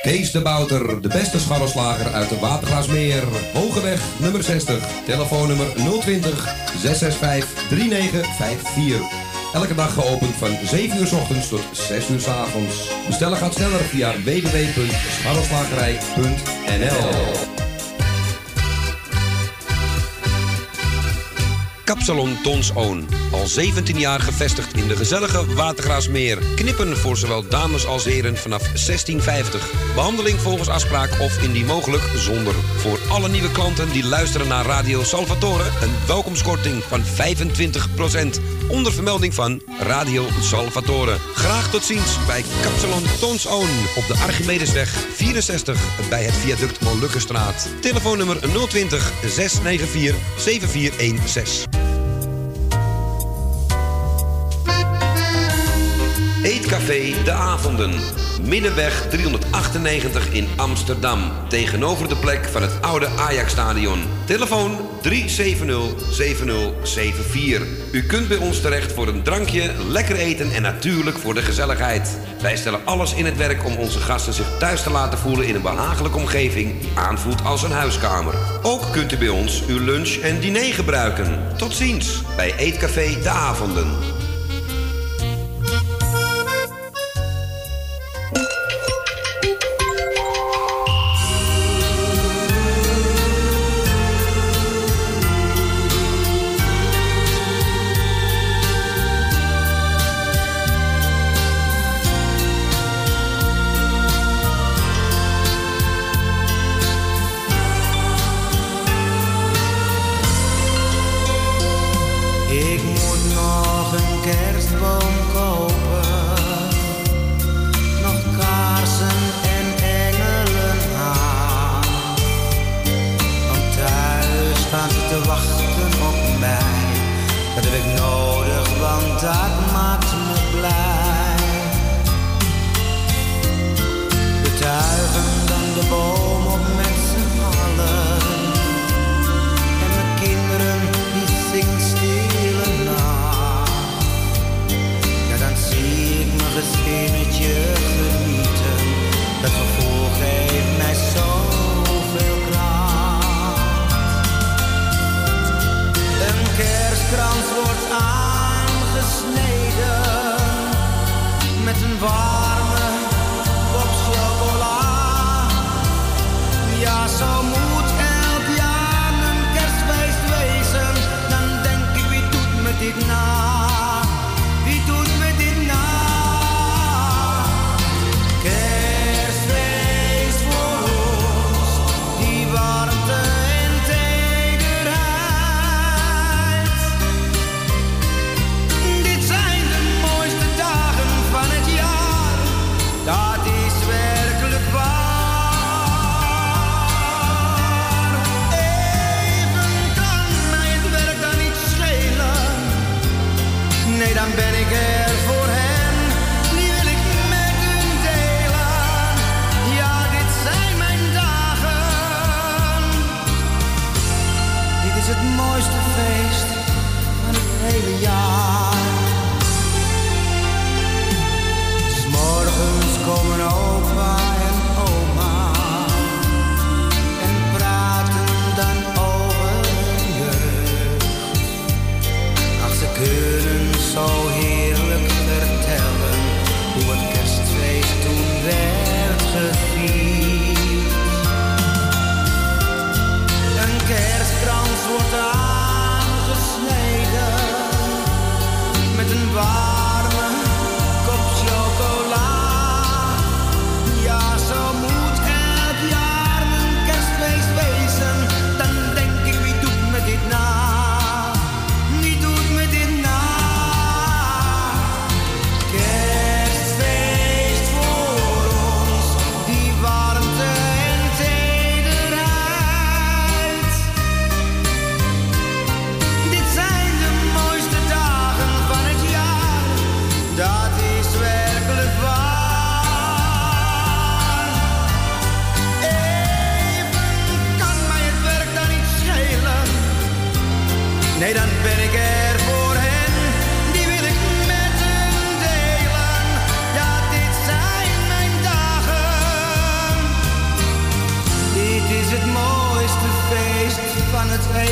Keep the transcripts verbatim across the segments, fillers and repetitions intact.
Kees de Bouter, de beste scharrelslager uit de Watergraasmeer. Hogeweg nummer zestig, telefoonnummer nul twintig, zes zes vijf, drie negen vijf vier. Elke dag geopend van zeven uur 's ochtends tot zes uur 's avonds. Bestellen gaat sneller via w w w punt scharrelslagerij punt n l. Kapsalon Tons Oon. Al zeventien jaar gevestigd in de gezellige Watergraasmeer. Knippen voor zowel dames als heren vanaf zestien vijftig. Behandeling volgens afspraak of indien mogelijk zonder. Voor alle nieuwe klanten die luisteren naar Radio Salvatore een welkomstkorting van vijfentwintig procent. Onder vermelding van Radio Salvatore. Graag tot ziens bij Kapsalon Tons Oon op de Archimedesweg vierenzestig bij het viaduct Molukkenstraat. Telefoonnummer nul twintig, zes negen vier, zeven vier een zes. Eetcafé De Avonden. Middenweg driehonderdachtennegentig in Amsterdam. Tegenover de plek van het oude Ajax-stadion. Telefoon drie zeven nul, zeven nul zeven vier. U kunt bij ons terecht voor een drankje, lekker eten en natuurlijk voor de gezelligheid. Wij stellen alles in het werk om onze gasten zich thuis te laten voelen in een behagelijke omgeving die aanvoelt als een huiskamer. Ook kunt u bij ons uw lunch en diner gebruiken. Tot ziens bij Eetcafé De Avonden. Dit zijn de mooiste dagen van het jaar.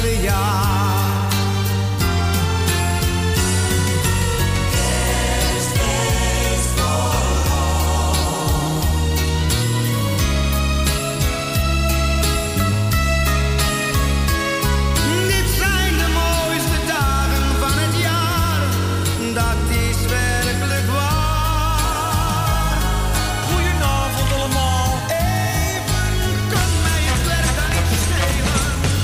ieder jaar. Kerstfeest voor ons. Dit zijn de mooiste dagen van het jaar, dat is werkelijk waar. Goedenavond allemaal. Even kan mij het werk dan niet schelen.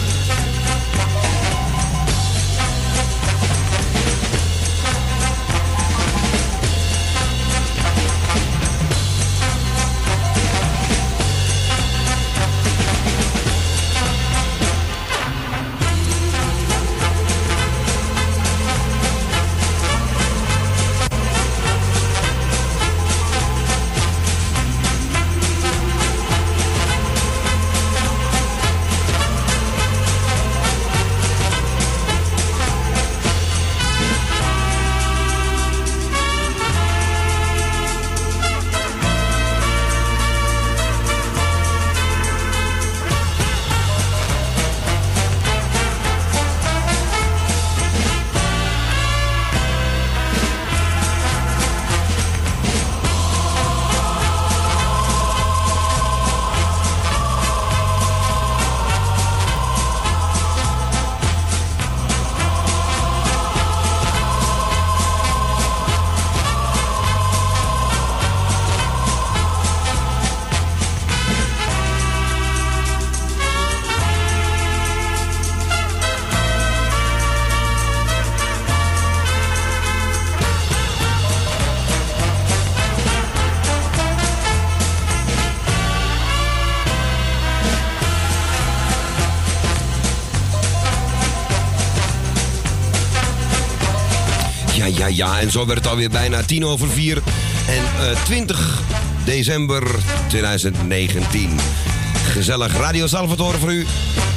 Ja, ja, ja. En zo werd het alweer bijna tien over vier. En uh, twintig december tweeduizend negentien. Gezellig Radio Salvatore voor u.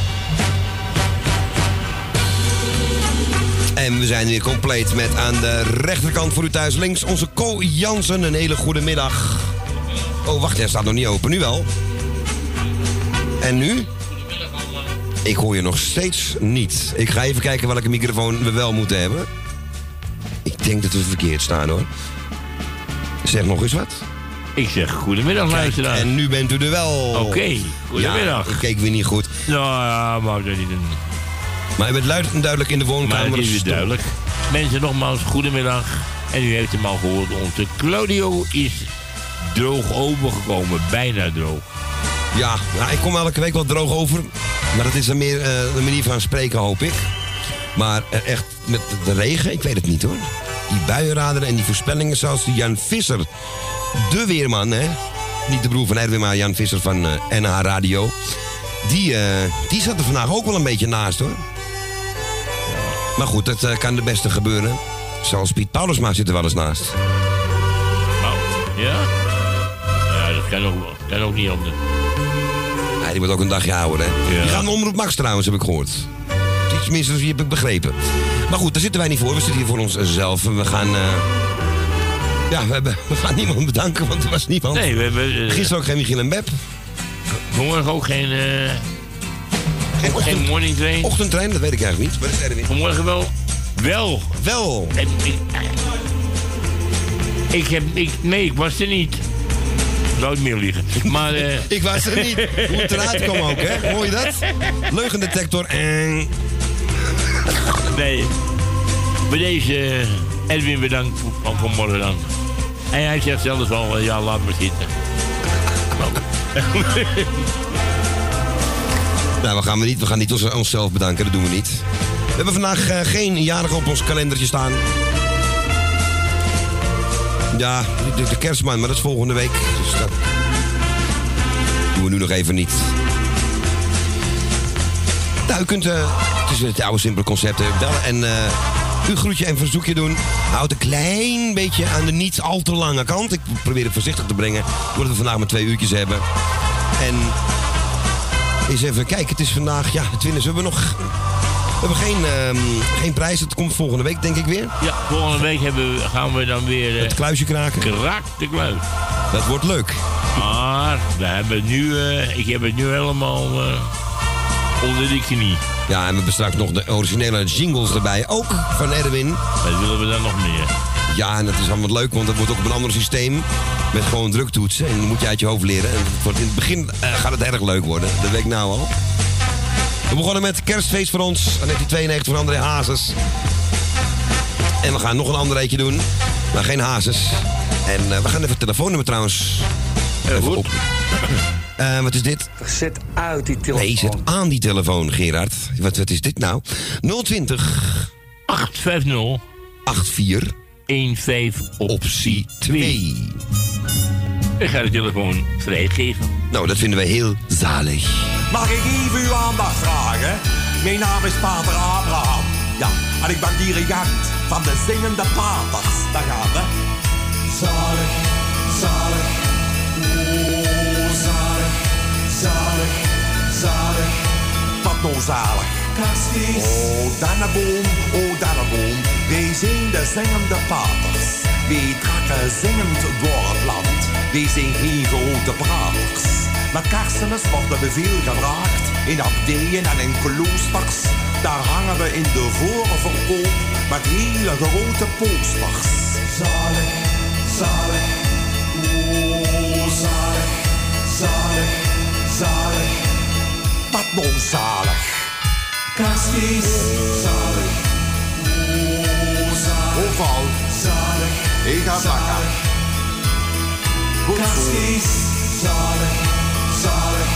En we zijn weer compleet met aan de rechterkant voor u thuis links onze Co Jansen. Een hele goede middag. Oh, wacht, hij staat nog niet open. Nu wel. En nu? Ik hoor je nog steeds niet. Ik ga even kijken welke microfoon we wel moeten hebben. Ik denk dat we verkeerd staan, hoor. Zeg nog eens wat. Ik zeg goedemiddag, luisteraar. En nu bent u er wel. Oké, okay, goedemiddag. Ja, ik keek weer niet goed. Nou ja, maar dat niet een... Maar je bent luid en duidelijk in de woonkamer. Maar het is weer duidelijk. Mensen, nogmaals, goedemiddag. En u heeft hem al gehoord. Onze Claudio is droog overgekomen. Bijna droog. Ja, nou, ik kom elke week wat droog over. Maar dat is dan meer uh, de manier van spreken, hoop ik. Maar uh, echt met de regen, ik weet het niet, hoor. Die buienraderen en die voorspellingen zoals die Jan Visser. De weerman, hè. Niet de broer van Erwin, maar Jan Visser van uh, N H Radio. Die, uh, die zat er vandaag ook wel een beetje naast, hoor. Maar goed, dat uh, kan de beste gebeuren. Zoals Piet Paulusma zit er wel eens naast. Nou, ja? Ja, dat kan ook, kan ook niet anders. Ja, die moet ook een dagje ouder, hè. Ja. Die gaan Omroep Max trouwens, heb ik gehoord. Tenminste, die heb ik begrepen. Maar goed, daar zitten wij niet voor. We zitten hier voor onszelf. En we gaan... Uh... Ja, we, hebben... we gaan niemand bedanken, want er was niemand. Nee, we hebben... Uh... Gisteren ook geen Michiel en Beb. Vanmorgen ook geen... Uh... Geen, ochtend... geen morning train. Ochtendtrein, dat weet ik eigenlijk niet. Wat is er niet? Vanmorgen wel. Wel. Wel. En, ik, ik heb... Ik, nee, ik was er niet. Nooit meer liegen. Maar... Uh... ik was er niet. Hoe het eruit kwam ook, hè? Hoor je dat? Leugendetector en... Nee. Bij deze uh, Edwin bedankt van vanmorgen dan. En hij zegt zelfs al, uh, ja, laat me zitten. Nou, we gaan, we niet, we gaan niet ons, onszelf bedanken, dat doen we niet. We hebben vandaag uh, geen jarige op ons kalendertje staan. Ja, de, de kerstman, maar dat is volgende week. Dus dat doen we nu nog even niet. Nou, u kunt... Uh, het is het oude simpele concept uh, bellen en uh, uw groetje en verzoekje doen. Houd een klein beetje aan de niet al te lange kant. Ik probeer het voorzichtig te brengen, omdat we vandaag maar twee uurtjes hebben. En eens even kijken, het is vandaag, ja, de twintigste. We hebben nog... We hebben geen, um, geen prijs, het komt volgende week denk ik weer. Ja, volgende week hebben we, gaan we dan weer... Uh, het kluisje kraken. Kraak de kluis. Dat wordt leuk. Maar we hebben nu, uh, ik heb het nu helemaal uh, onder de knie. Ja, en we hebben straks nog de originele jingles erbij. Ook van Erwin. Wat willen we dan nog meer? Ja, en dat is allemaal leuk, want dat wordt ook op een ander systeem. Met gewoon druktoetsen. En dat moet je uit je hoofd leren. En het wordt in het begin uh, gaat het erg leuk worden. Dat weet ik nou al. We begonnen met Kerstfeest voor ons. negentien tweeënnegentig van André Hazes. En we gaan nog een ander eetje doen. Maar geen Hazes. En uh, we gaan even het telefoonnummer trouwens. Heel even goed. op. Uh, wat is dit? Zet uit die telefoon. Nee, zet aan die telefoon, Gerard. Wat, wat is dit nou? nul twintig acht vijf nul vierentachtig een vijf optie twee. Ik ga de telefoon vrijgeven. Nou, dat vinden wij heel zalig. Mag ik even uw aandacht vragen? Mijn naam is Pater Abraham. Ja, en ik ben dirigent van de Zingende Paters. Daar gaan we. Zalig, zalig, oh zalig, zalig, zalig. Wat nou zalig? Kerstfeest. Oh, dannenboom, oh dannenboom. Wij zijn de Zingende Paters. Wij trekken zingend door het land. Wij zijn geen grote praters. Met kerstmis worden we veel gebruikt. In abdijen en in kloosters. Daar hangen we in de voorverkoop met hele grote posters. Zalig, zalig, oh zalig, zalig, zalig. Wat nou zalig? Kerstfeest, zalig, oh zalig. Hoe valt? Zalig, ik ga zalig. Goed kerstfeest, zalig, zalig,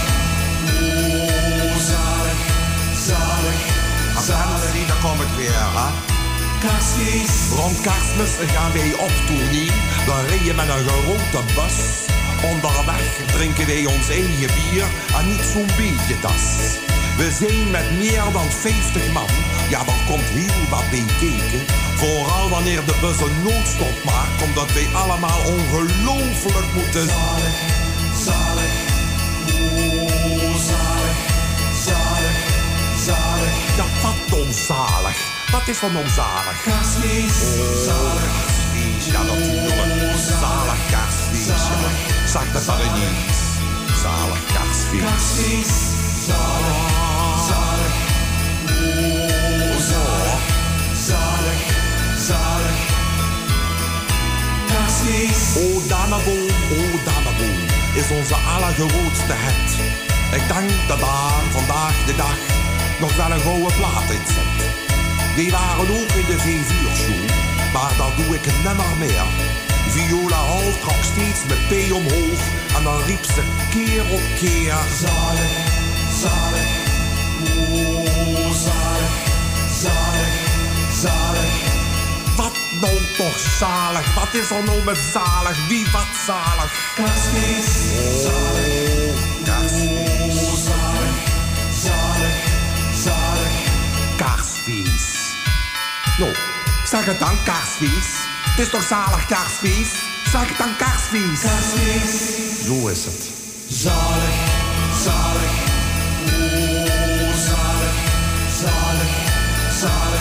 oh zalig, zalig. Zalig, daar kom ik weer, hè? Kerstfeest. Rond kerstmis gaan wij op tournee. Dan rij je met een grote bus. Onderweg drinken wij ons eigen bier en niet zo'n beetje das. We zijn met meer dan vijftig man. Ja, daar komt heel wat bij kijken. Vooral wanneer de bus een noodstop maakt, omdat wij allemaal ongelooflijk moeten. Zalig, zalig, oh zalig, zalig, zalig. Ja, wat onzalig. Wat is van onzalig? Kerstfeest, oh, zalig. Kerstfeest, ja natuurlijk. Zalig kerstfeest, ja. Zeg dat dan niet. Zalig kerstfeest. Kerstfeest, zalig, zalig. Oh, zalig, zalig, zalig. Kerstfeest. Oh, Dannenboom, oh, Dannenboom is onze allergrootste hit. Ik denk dat daar vandaag de dag nog wel een gouden plaat in zit. Die waren ook in de vijf uur show, maar dat doe ik het nimmer meer. Viola Hall trok steeds met P omhoog en dan riep ze keer op keer. Zalig, zalig, oh zalig, zalig, zalig. Wat nou toch zalig? Wat is er nou met zalig? Wie wat zalig? Kerstfeest, zalig, kerstfeest, oh zalig, zalig, zalig. Kerstfeest. Nou, zeg het dan, kerstfeest. Het is toch zalig, kerstfeest? Zeg het dan, kerstfeest. Kerstfeest. Zo is het. Zalig, zalig, oh zalig, zalig, zalig,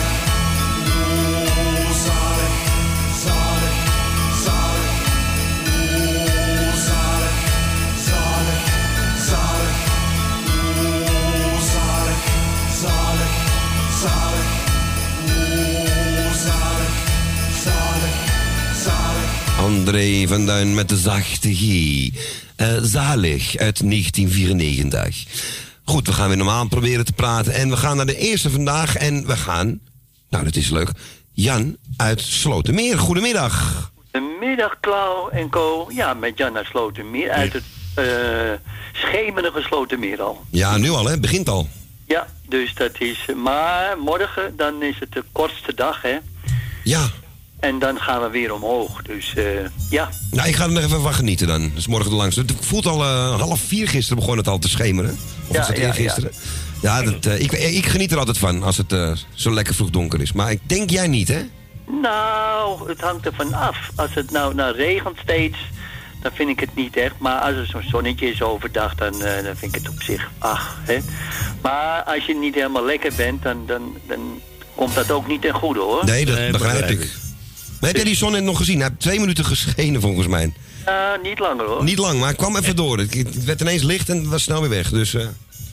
oh zalig, zalig, zalig, oh zalig, zalig, zalig, oh zalig, zalig, zalig. André van Duin met de zachte G. Uh, zalig uit negentien vierennegentig. Goed, we gaan weer normaal proberen te praten. En we gaan naar de eerste vandaag. En we gaan, nou dat is leuk, Jan uit Slotermeer. Goedemiddag. Goedemiddag, Klauw en Co. Ja, met Jan uit Slotermeer. Uit het uh, schemerige Slotermeer al. Ja, nu al, hè? Begint al. Ja, dus dat is... Maar morgen, dan is het de kortste dag, hè? Ja. En dan gaan we weer omhoog, dus uh, ja. Nou, ik ga er nog even van genieten dan. Dat is morgen de langste. Het voelt al uh, half vier gisteren begon het al te schemeren. Of ja, was het ja, eergisteren? Ja, ja dat, uh, ik, ik geniet er altijd van als het uh, zo lekker vroeg donker is. Maar ik denk jij niet, hè? Nou, het hangt ervan af. Als het nou, nou regent steeds, dan vind ik het niet echt. Maar als er zo'n zonnetje is overdag, dan, uh, dan vind ik het op zich ach, hè. Maar als je niet helemaal lekker bent, dan, dan, dan komt dat ook niet ten goede, hoor. Nee, dat Nee, begrijp begrijp ik. ik. Maar heb jij die zon net nog gezien? Hij heeft twee minuten geschenen volgens mij. Uh, niet langer, hoor. Niet lang, maar hij kwam even door. Het, het werd ineens licht en was snel weer weg. Dus, uh...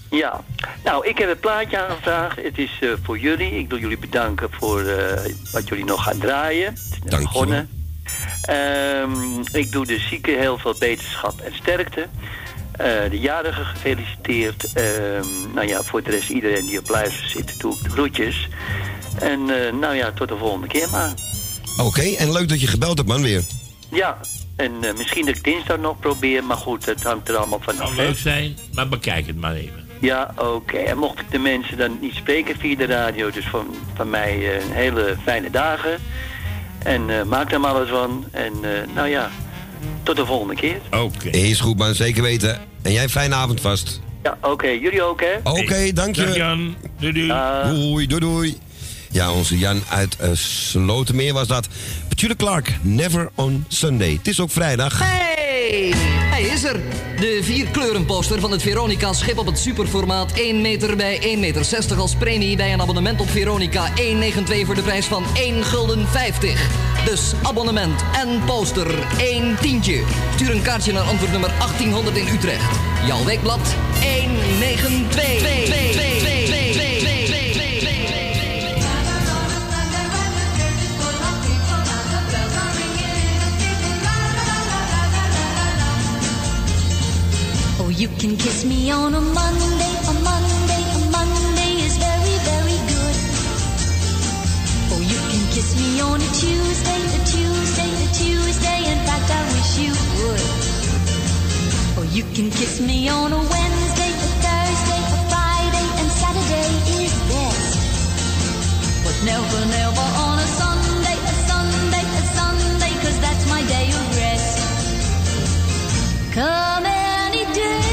Ja, nou, ik heb een plaatje aangevraagd. Het is uh, voor jullie. Ik wil jullie bedanken voor uh, wat jullie nog gaan draaien. Dank je. Um, ik doe de zieken heel veel beterschap en sterkte. Uh, de jarigen gefeliciteerd. Um, nou ja, voor de rest iedereen die op luister zit, doe ik de groetjes. En uh, nou ja, tot de volgende keer maar. Oké, okay, en leuk dat je gebeld hebt, man, weer. Ja, en uh, misschien dat ik dinsdag nog probeer, maar goed, het hangt er allemaal vanaf. Het kan leuk zijn, maar bekijk het maar even. Ja, oké. Okay. En mocht ik de mensen dan niet spreken via de radio, dus van, van mij uh, een hele fijne dagen. En uh, maak er maar alles van. En uh, nou ja, tot de volgende keer. Oké. Okay. Is goed, man, zeker weten. En jij fijne avond vast. Ja, oké. Okay. Jullie ook, hè? Oké, okay, dank je. Dag Jan. Doei, doei. Uh... Doei, doei, doei. Ja, onze Jan uit uh, Slotermeer was dat. Petula Clark, Never on Sunday. Het is ook vrijdag. Hey, hij is er. De vierkleurenposter van het Veronica-schip op het superformaat. één meter bij één meter zestig als premie bij een abonnement op Veronica. één negenentwintig voor de prijs van één gulden vijftig. Dus abonnement en poster één tientje. Stuur een kaartje naar antwoordnummer achttienhonderd in Utrecht. Jouw weekblad één negenentwintig. Oh, you can kiss me on a Monday, a Monday, a Monday is very, very good. Oh, you can kiss me on a Tuesday, a Tuesday, a Tuesday, in fact I wish you would. Oh, you can kiss me on a Wednesday, a Thursday, a Friday, and Saturday is best. But never, never on a Sunday, a Sunday, a Sunday, 'cause that's my day of rest. Come any day,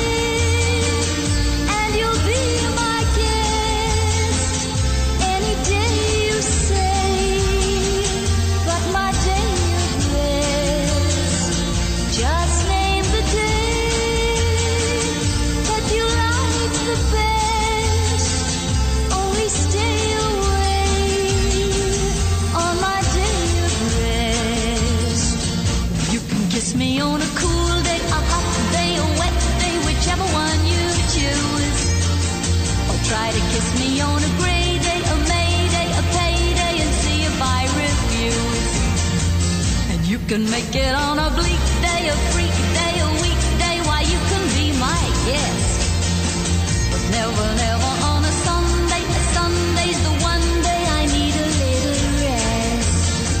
and you'll be my guest. Any day you say, but my day of rest. Just name the day that you like the best. Only stay away on my day of rest. You can kiss me on a cool day, a hot day, a wet day, whichever one you choose. Or try to kiss me on a gray day, a May day, a payday, and see if I refuse. And you can make it on a bleak day, a freak day, a weekday, why you can be my guest. But never, never on a Sunday, a Sunday's the one day I need a little rest.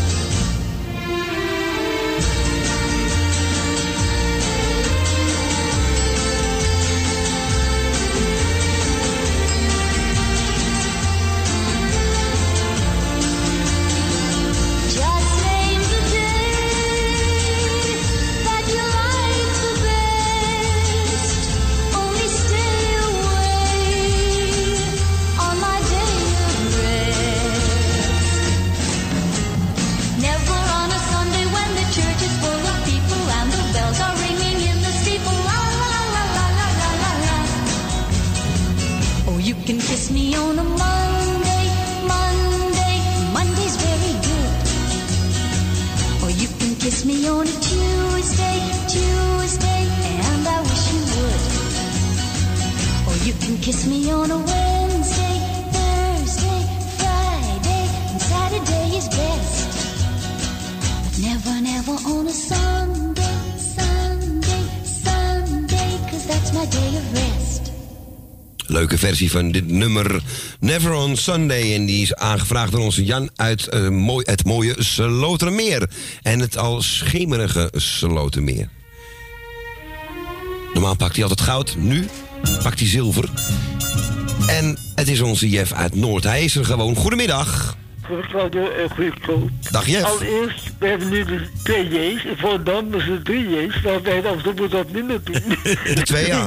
Just name the day that you like the best. Only stay away on my day of rest. Never on a Sunday when the church is full of people and the bells are ringing in the steeple. La la la la la la la la. Oh, you can kiss me on a Monday, Monday, Monday's very good. Or you can kiss me on a Tuesday, Tuesday, and I wish you would. Or you can kiss me on a Wednesday, Thursday, Friday, and Saturday is best. But never, never on a Sunday, Sunday, Sunday, 'cause that's my day of rest. Leuke versie van dit nummer Never on Sunday. En die is aangevraagd door onze Jan uit uh, mooi, het mooie Slotermeer. En het al schemerige Slotermeer. Normaal pakt hij altijd goud. Nu pakt hij zilver. En het is onze Jeff uit Noord. Hij is er gewoon. Goedemiddag. Goedemiddag en goedemiddag. Dag Jeff. Allereerst, we hebben nu de twee J's. En voor dan is het drie J's. Maar wij af en toe moeten dat minder doen. De twee ja.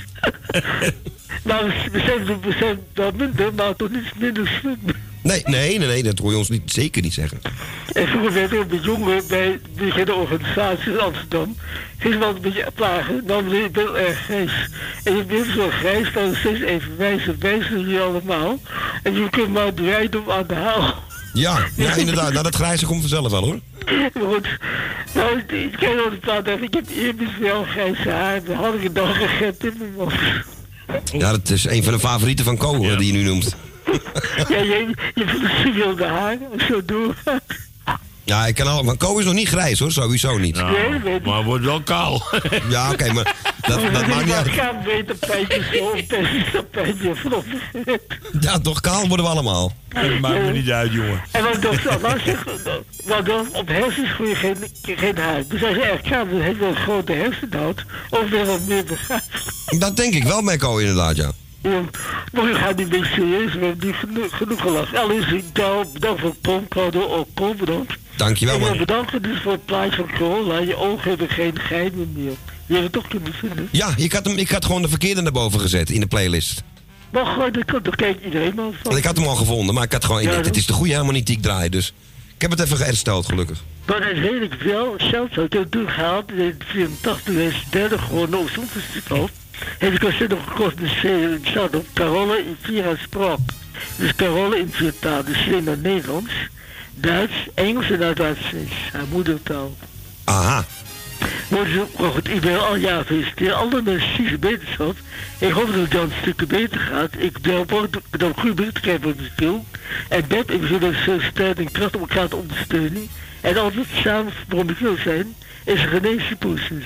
Nou, we zijn, we zijn wat minder, maar toch niet minder slim. Nee, nee, nee, nee, dat hoor je ons niet, zeker niet zeggen. En vroeger werd ik met jongeren bij de organisatie in Amsterdam. Ging wel een beetje plagen. Nou, meneer, ik ben erg grijs. En je bent zo grijs, dan steeds even wijzen, wijzen hier allemaal. En je kunt maar draaien om aan de haal. Ja, ja, inderdaad. Nou, dat grijze komt vanzelf wel, hoor. Maar goed, nou, ik ken al de plaat even. Ik heb eerder wel grijze haar. Dan had ik het dan gegeten in mijn mond. Ja, dat is een van de favorieten van Co, Ja. die je nu noemt. Ja, je, je vindt het wilde haar, als zo doorgaat. Ja, ik kan al, maar Co is nog niet grijs hoor, sowieso niet. Ja, Nee, weet ik. maar het wordt wel kaal. Ja, oké, maar dat, dat maakt niet uit. Ik ga beter pijntjes zo, een pestentapijtje vanaf. Ja, toch kaal worden we allemaal. Dat maakt me niet uit, jongen. En wat dokter Allah zegt, wat dan op hersens groeit geen, geen haar. Dus als je echt gaat, dan heeft hij een grote hersenhout. Of weer wat meer begaafd. Dat denk ik wel met Co inderdaad, ja. Ja, maar we gaan niet meer serieus, we hebben niet genoeg, genoeg gelachen. Alles in touw, bedankt voor het pronkhouden, ook Kool bedankt. Dankjewel En we man. bedanken dus voor het plaatje van Corolla. Je ogen hebben geen geheimen meer. Die hebben we toch kunnen vinden. Ja, ik had, hem, ik had gewoon de verkeerde naar boven gezet in de playlist. Maar gewoon, dat kan toch kijkt iedereen maar van. Want ik had hem al gevonden, maar ik had gewoon... Ik Ja, dacht, dat- het is de goede helemaal niet die ik draai, dus... Ik heb het even gehersteld, gelukkig. Maar dat weet ik wel. Zelfs had ik het toen gehaald. In vierentachtig is derde gewonnen op zo'n festival. Heb ik als nog gekocht de C in zat op Carola in vier spraak. Dus Carola in vier taal. Dus C naar Nederlands, Duits, Engels en uit Duits is haar moedertaal. Aha. Maar zo, maar goed, ik ben al jaren gefeliciteerd. Alle mensen die ze beter zat. Ik hoop dat het dan een stukje beter gaat. Ik ben ook dan goede beter krijgen op de speel. En Beb, ik wil dat ze sterk en kracht om elkaar te ondersteunen. En altijd samen waarom ik wil zijn, is een geneesje poesjes.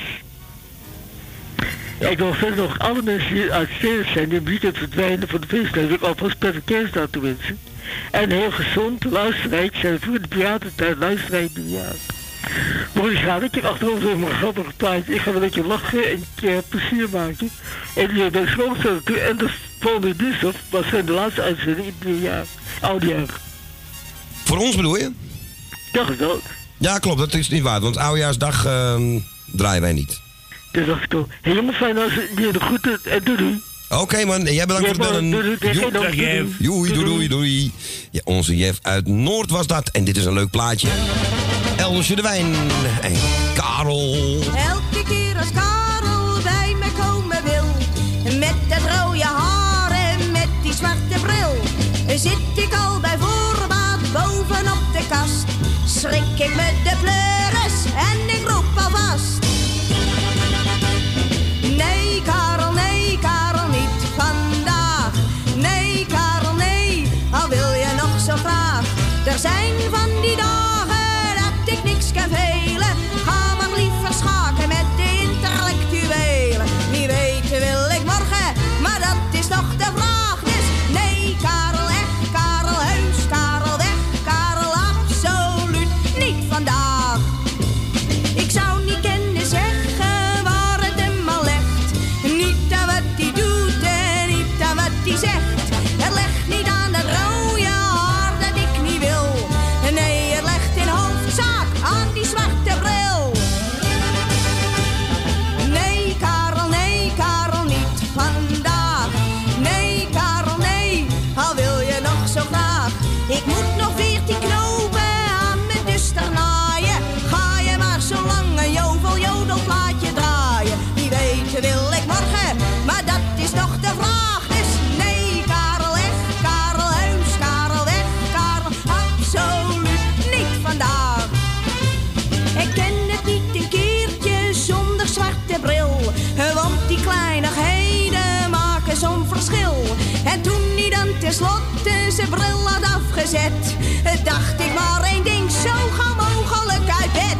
Ja. Ik wil verder nog alle mensen die uitstekend zijn, die muziek het verdwijnen van de feestdag, wil ik alvast prettige kerstdag toe wensen. En heel gezond, luisterrijk, zijn voor de piratentijd, luisterrijk nieuwjaar. Maar ik ga een keer achterover in mijn grappige plaatje. Ik ga een beetje lachen en een keer plezier maken. En die ben schoonstellen toe. En de volgende dinsdag was zijn de laatste uitzending in het nieuwjaar. Oudejaar. Voor ons bedoel je? Dacht ik wel. Ja, klopt, dat is niet waar, want Oudejaarsdag ehm draaien wij niet. Dat dacht ik al. Heel helemaal fijn als je de groeten en doei doei. Oké okay, man, jij bedankt voor het bellen. Doei doei. Joep. Doei doei. Doei, doei, doei, doei. Ja, onze Jeff uit Noord was dat. En dit is een leuk plaatje. Elsje de Wijn en Karel. Elke keer als Karel bij me komen wil, met dat rode haar en met die zwarte bril, zit ik al bij voorbaat bovenop de kast. Schrik ik met de pleuris en ik roep alvast. Nee Karel, nee Karel, niet vandaag. Nee Karel, nee, al wil je nog zo graag. Er zijn van die dagen dat ik niks kan velen. Ga maar liever schaken met de intellectuelen. Wie weet wil ik morgen, maar dat is nog de vraag. Dus nee Karel, echt Karel, heus Karel, weg Karel, absoluut niet vandaag. Ik zou niet kunnen zeggen waar het hem al legt. Niet aan wat hij doet en niet aan wat hij zegt. Het legt niet aan dat rode haar dat ik niet wil. Nee, het legt in hoofdzaak aan die zwarte bril. Nee, Karel, nee, Karel, niet vandaag. Nee, Karel, nee, al wil je nog zo graag. Ik moet nog veertien knopen aan mijn duster naaien. Ga je maar zo lang een jovel jodelplaatje draaien. Wie weet wil ik morgen, maar dat is nog de vraag. Dus nee, Karel, echt Karel, heus Karel, weg Karel, absoluut niet vandaag. Ik ken het niet een keertje zonder zwarte bril, want die kleinigheden maken zo'n verschil. En toen hij dan tenslotte zijn bril had afgezet, dacht ik maar één ding, zo gauw mogelijk uit bed.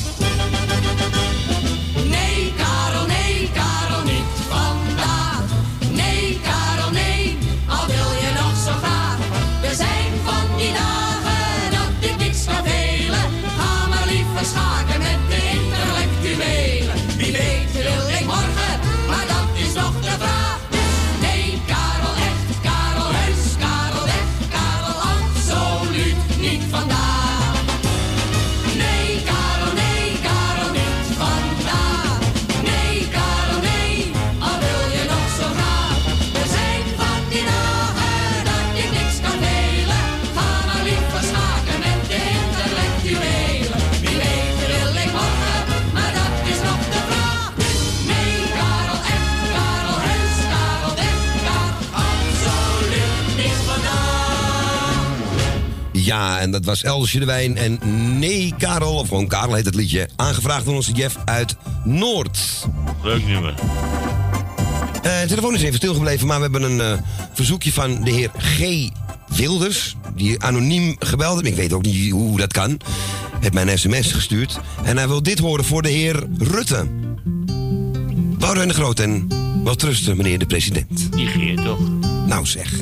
Nee, Karel, nee, Karel, niet vandaag. Nee, Karel, nee, al wil je nog zo graag. Er zijn van die dagen dat ik niks kan velen. Ga maar liever schaken met de intellectuelen. Wie weet wil ik morgen, maar dat is nog de vraag. Dus nee, Karel, echt Karel, heus Karel, weg Karel, absoluut niet vandaag. Nee, Karel, nee, Karel, niet vandaag. Nee, Karel, nee, al wil je nog zo graag. Er zijn van die dagen dat ik niks kan delen. Ga maar liever schaken met de intellectuelen. Wie weet wil ik morgen, maar dat is nog de vraag. Dus nee, Karel, echt Karel, heus Karel, weg Karel, absoluut niet vandaag. Ja, en dat was Elsje de Wijn en Nee Karel, of gewoon Karel heet het liedje. Aangevraagd door onze Jeff uit Noord. Leuk nummer. de telefoon is even stilgebleven, maar we hebben een uh, verzoekje van de heer G. Wilders. Die anoniem gebeld heeft. Ik weet ook niet hoe dat kan. Heeft mij een sms gestuurd. En hij wil dit horen voor de heer Rutte. Boudewijn de Groot en wat rusten, meneer de president. Die geert toch? Nou zeg.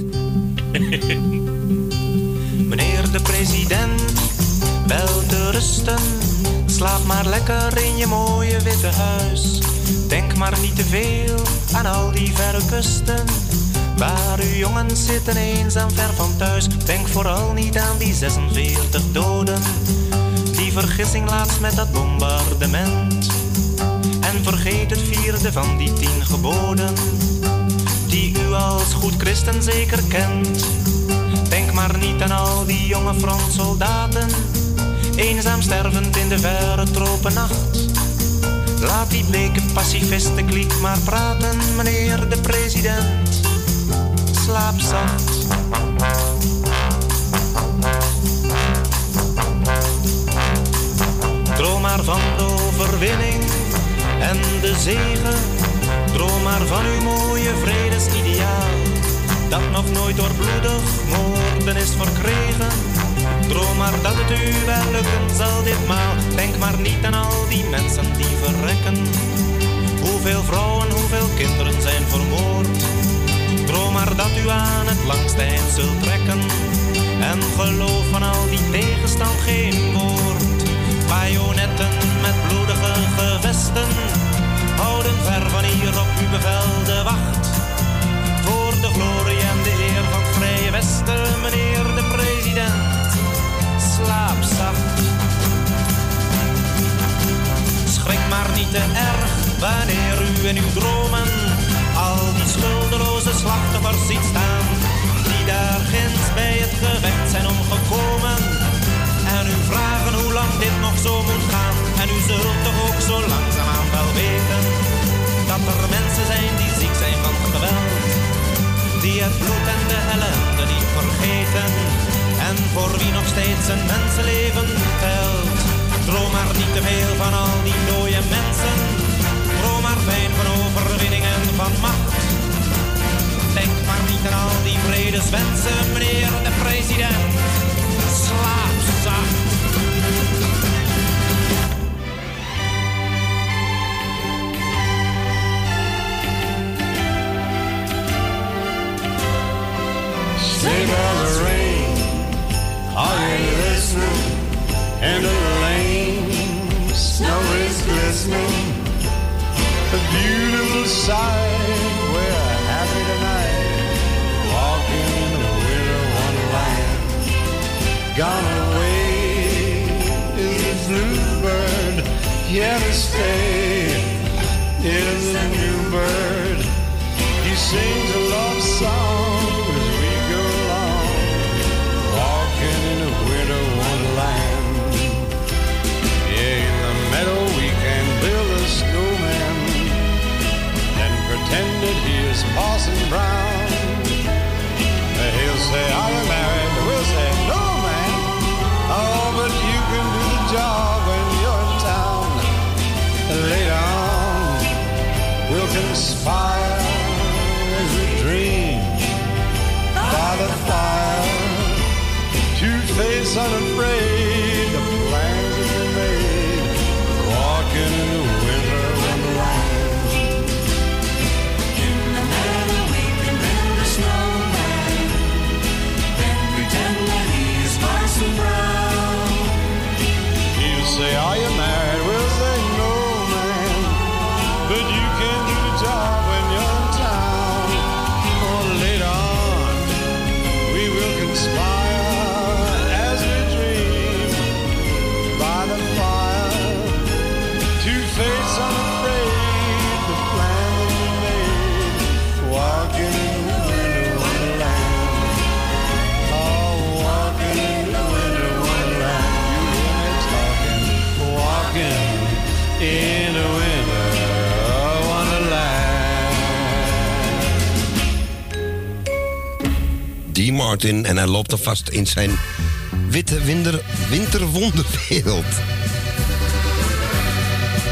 Meneer de president, wel te rusten. Slaap maar lekker in je mooie witte huis. Denk maar niet te veel aan al die verre kusten. Waar uw jongens zitten eenzaam ver van thuis. Denk vooral niet aan die zesenveertig doden. Die vergissing laatst met dat bombardement. En vergeet het vierde van die tien geboden. Die u als goed christen zeker kent. Denk maar niet aan al die jonge frontsoldaten. Eenzaam stervend in de verre tropennacht. Laat die bleke pacifisten kliek maar praten, meneer de president. Slaap zacht. Droom maar van de overwinning en de zegen. Droom maar van uw mooie vredesideaal. Dat nog nooit door bloedig moorden is verkregen. Droom maar dat het u wel lukken zal ditmaal. Denk maar niet aan al die mensen die verrekken. Hoeveel vrouwen, hoeveel kinderen zijn vermoord. Droom maar dat u aan het langste eind zult trekken. En geloof van al die tegenstand geen woord. Bajonetten met bloedige gevesten houden ver van hier op uw bevel de wacht. Voor de glorie en de eer van het Vrije Westen, meneer de president. Slaap zacht. Schrik maar niet te erg wanneer u in uw dromen al die schuldeloze slachtoffers ziet staan. Die daar ginds bij het gevecht zijn omgekomen. En u vragen hoe lang dit nog zo moet gaan. En u zult toch ook zo langzaamaan wel weten dat er mensen zijn die ziek zijn van geweld. Die het bloed en de ellende niet vergeten. En voor wie nog steeds een mensenleven telt. Droom maar niet te veel van al die dode mensen. Droom maar fijn van overwinning en van macht. Denk maar niet aan al die vredeswensen, meneer de president. Slaap zacht. Save all the rain, are you listening? And the lane, snow is glistening. A beautiful sight, we're happy tonight. Walking in a winter wonderland. Gone away is the bluebird, here to stay is the new bird. He sings a love song as we go along, walking in a winter wonderland. Yeah, in the meadow we can build a snowman and pretend that he is Parson Brown. He'll say, are you married? We'll say, no, man. Oh, but you can do the job when you're in town. Later on, we'll conspire as we dream by the fire. Two-faced, unafraid, the plans have been made. Walking in the winter wonderland. In the meadow we can build a snowman and pretend that he is Parson Brown. He'll say, are you married? We'll say, no, man. But you can do the job when you're in town. Or later on, we will conspire as we dream by the fire. Two-faced, unafraid, the plan that we made. Walking in the winter wonderland. Oh, walking in the winter wonderland. You hear me talking. Walking in the winter wonderland. Die Martin en hij loopt er vast in zijn witte winter, winterwonderwereld.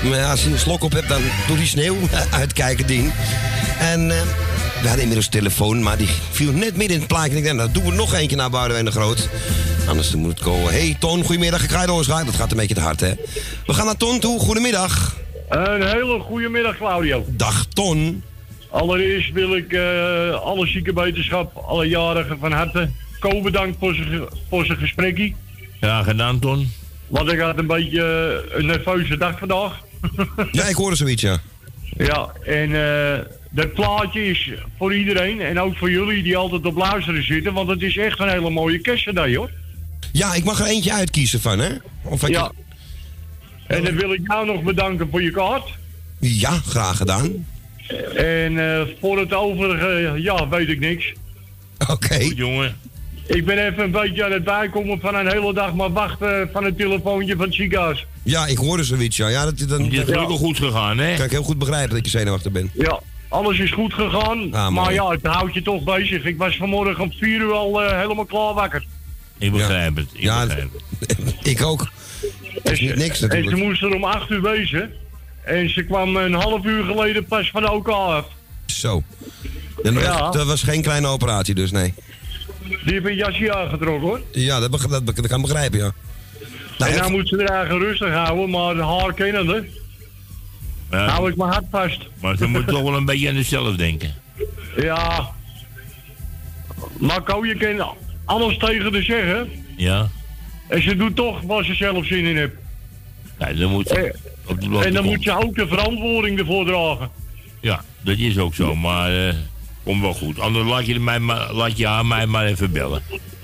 Maar ja, als je een slok op hebt, dan doe die sneeuw uitkijken ding. En uh, we hadden inmiddels telefoon, maar die viel net midden in het plaatje. En ik dacht, nou, doen we nog eentje naar Boudewijn de Groot. Anders moet het komen. Hey Ton, goedemiddag, ik ga je doorschuiven. Dat gaat een beetje te hard, hè. We gaan naar Ton toe, goedemiddag. Een hele goede middag, Claudio. Dag, Ton. Allereerst wil ik uh, alle ziekenwetenschap, alle jarigen van harte... Ko bedankt voor zijn voor zijn gesprekje. Ja, gedaan, Ton. Want ik had een beetje uh, een nerveuze dag vandaag. Ja, ik hoorde zoiets, ja. Ja, en uh, dat plaatje is voor iedereen en ook voor jullie die altijd op luisteren zitten... want het is echt een hele mooie kerstcd, hoor. Ja, ik mag er eentje uitkiezen van, hè? Of ik... Ja. En dan wil ik jou nog bedanken voor je kaart. Ja, graag gedaan. En uh, voor het overige, ja, weet ik niks. Oké. Okay. Jongen. Ik ben even een beetje aan het bijkomen van een hele dag maar wachten van het telefoontje van het ziekenhuis. Ja, ik hoorde zoiets, ja. ja dat, dan, Het is gelukkig ja. goed gegaan, hè? Kan ik heel goed begrijpen dat je zenuwachtig bent. Ja, alles is goed gegaan. Ah, maar ja, het houdt je toch bezig. Ik was vanmorgen om vier uur al uh, helemaal klaar wakker. Ik begrijp ja. het, ik ja, begrijp het. Ik ook. Het is niet niks natuurlijk. En ze moesten er om acht uur wezen. En ze kwam een half uur geleden pas van de O K af. Zo. Dat, ja. dat was geen kleine operatie dus, nee. Die heeft een jasje aangetrokken, hoor. Ja, dat, dat, dat, dat kan begrijpen, ja. Nou, en nou moet ze er eigenlijk rustig houden, maar haar kennende... Ja. Hou ik mijn hart vast. Maar ze moet toch wel een beetje aan zichzelf denken. Ja. Maar Ko, je kan alles tegen haar zeggen. Ja. En ze doet toch waar ze zelf zin in heeft. Ja, dan moet ze op de en dan moet je ook de verantwoording ervoor dragen. Ja, dat is ook zo, maar uh, komt wel goed. Anders laat je, mij maar, laat je haar mij maar even bellen.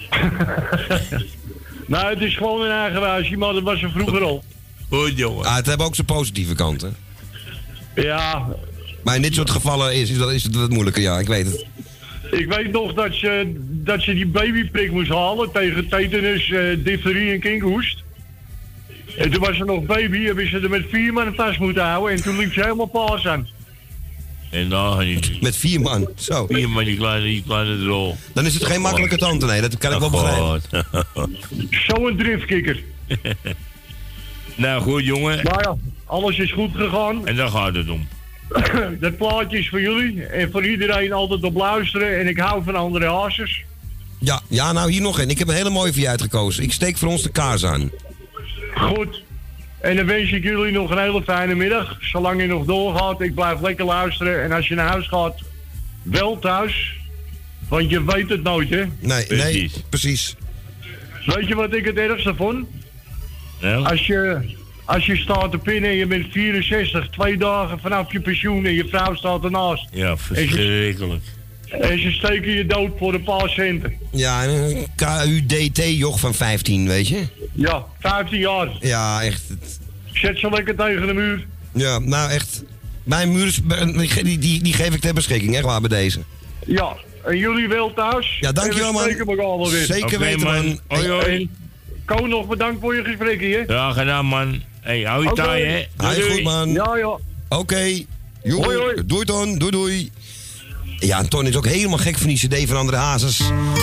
Nou, het is gewoon een eigen wijsje, maar dat was er vroeger al. Goed, jongen. Ah, het hebben ook zijn positieve kanten. Ja. Maar in dit soort gevallen is, is, dat, is het wat moeilijker, ja, ik weet het. Ik weet nog dat ze, dat ze die babyprik moest halen tegen tetanus, uh, difterie en kinkhoest. En toen was ze nog baby, hebben ze er met vier man vast moeten houden en toen liep ze helemaal paas aan. En dan met vier man, zo. Vier man, die kleine, die kleine drol. Dan is het geen makkelijke tante, nee, dat kan ik wel begrijpen. Zo'n driftkikker. Nou, goed, jongen. Nou ja, alles is goed gegaan. En daar gaat het om. Dat plaatje is voor jullie en voor iedereen altijd op luisteren. En ik hou van André Hazes. Ja, ja, nou hier nog een. Ik heb een hele mooie voor je uitgekozen. Ik steek voor ons de kaars aan. Goed. En dan wens ik jullie nog een hele fijne middag. Zolang je nog doorgaat, ik blijf lekker luisteren. En als je naar huis gaat, wel thuis. Want je weet het nooit, hè? Nee, precies. nee, precies. Weet je wat ik het ergste vond? Ja? Als je... Als je staat te pinnen en je bent vierenzestig, twee dagen vanaf je pensioen en je vrouw staat ernaast. Ja, verschrikkelijk. En ze, en ze steken je dood voor een paar centen. Ja, een K U D T-joch van vijftien, weet je? Ja, vijftien jaar. Ja, echt. Zet ze lekker tegen de muur. Ja, nou echt. Mijn muur, die, die, die geef ik ter beschikking, echt waar, bij deze. Ja, en jullie wel thuis. Ja, dankjewel, man. Zeker okay, weten, man. man. Hoi, hoi. Ko, nog bedankt voor je gesprek hier. Ja, gedaan, man. Hé, hey, hou je okay. taai, hè? Doei, doei. Goed, man. Ja, ja. Oké. Okay. Hoi, hoi. Doei, Ton. Doei, doei. Ja, en Ton is ook helemaal gek van die cd van André Hazes.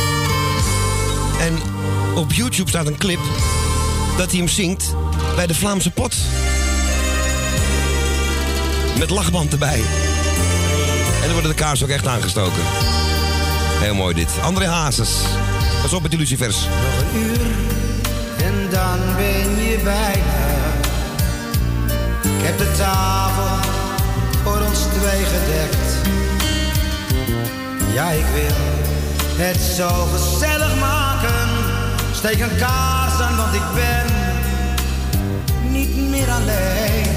En op YouTube staat een clip dat hij hem zingt bij de Vlaamse Pot. Met lachband erbij. En dan worden de kaarsen ook echt aangestoken. Heel mooi dit. André Hazes. Pas op met die lucifers. Nog een uur en dan ben je bij me. Ik heb de tafel voor ons twee gedekt. Ja, ik wil het zo gezellig maken. Steek een kaars aan, want ik ben niet meer alleen.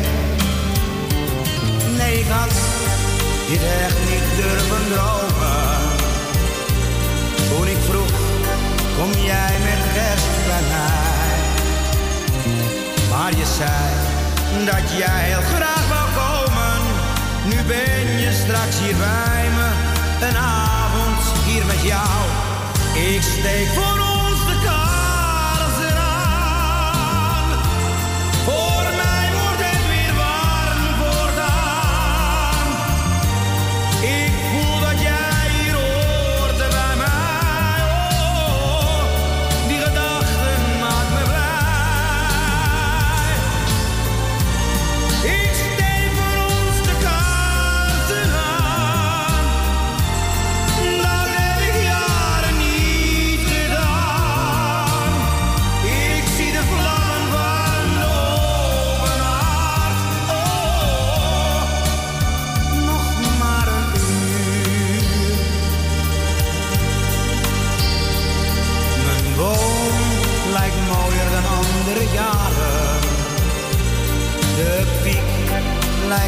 Nee, ik had dit echt niet durven dromen. Toen ik vroeg, kom jij met kerst bij mij? Maar je zei dat jij heel graag wou komen. Nu ben je straks hier bij me, een avond hier met jou. Ik steek voor ons de kaars eraan. Voor mij wordt het weer warm voortaan. Ik voel dat jij hier hoort bij mij. Oh, die gedachten maakt me blij. Ik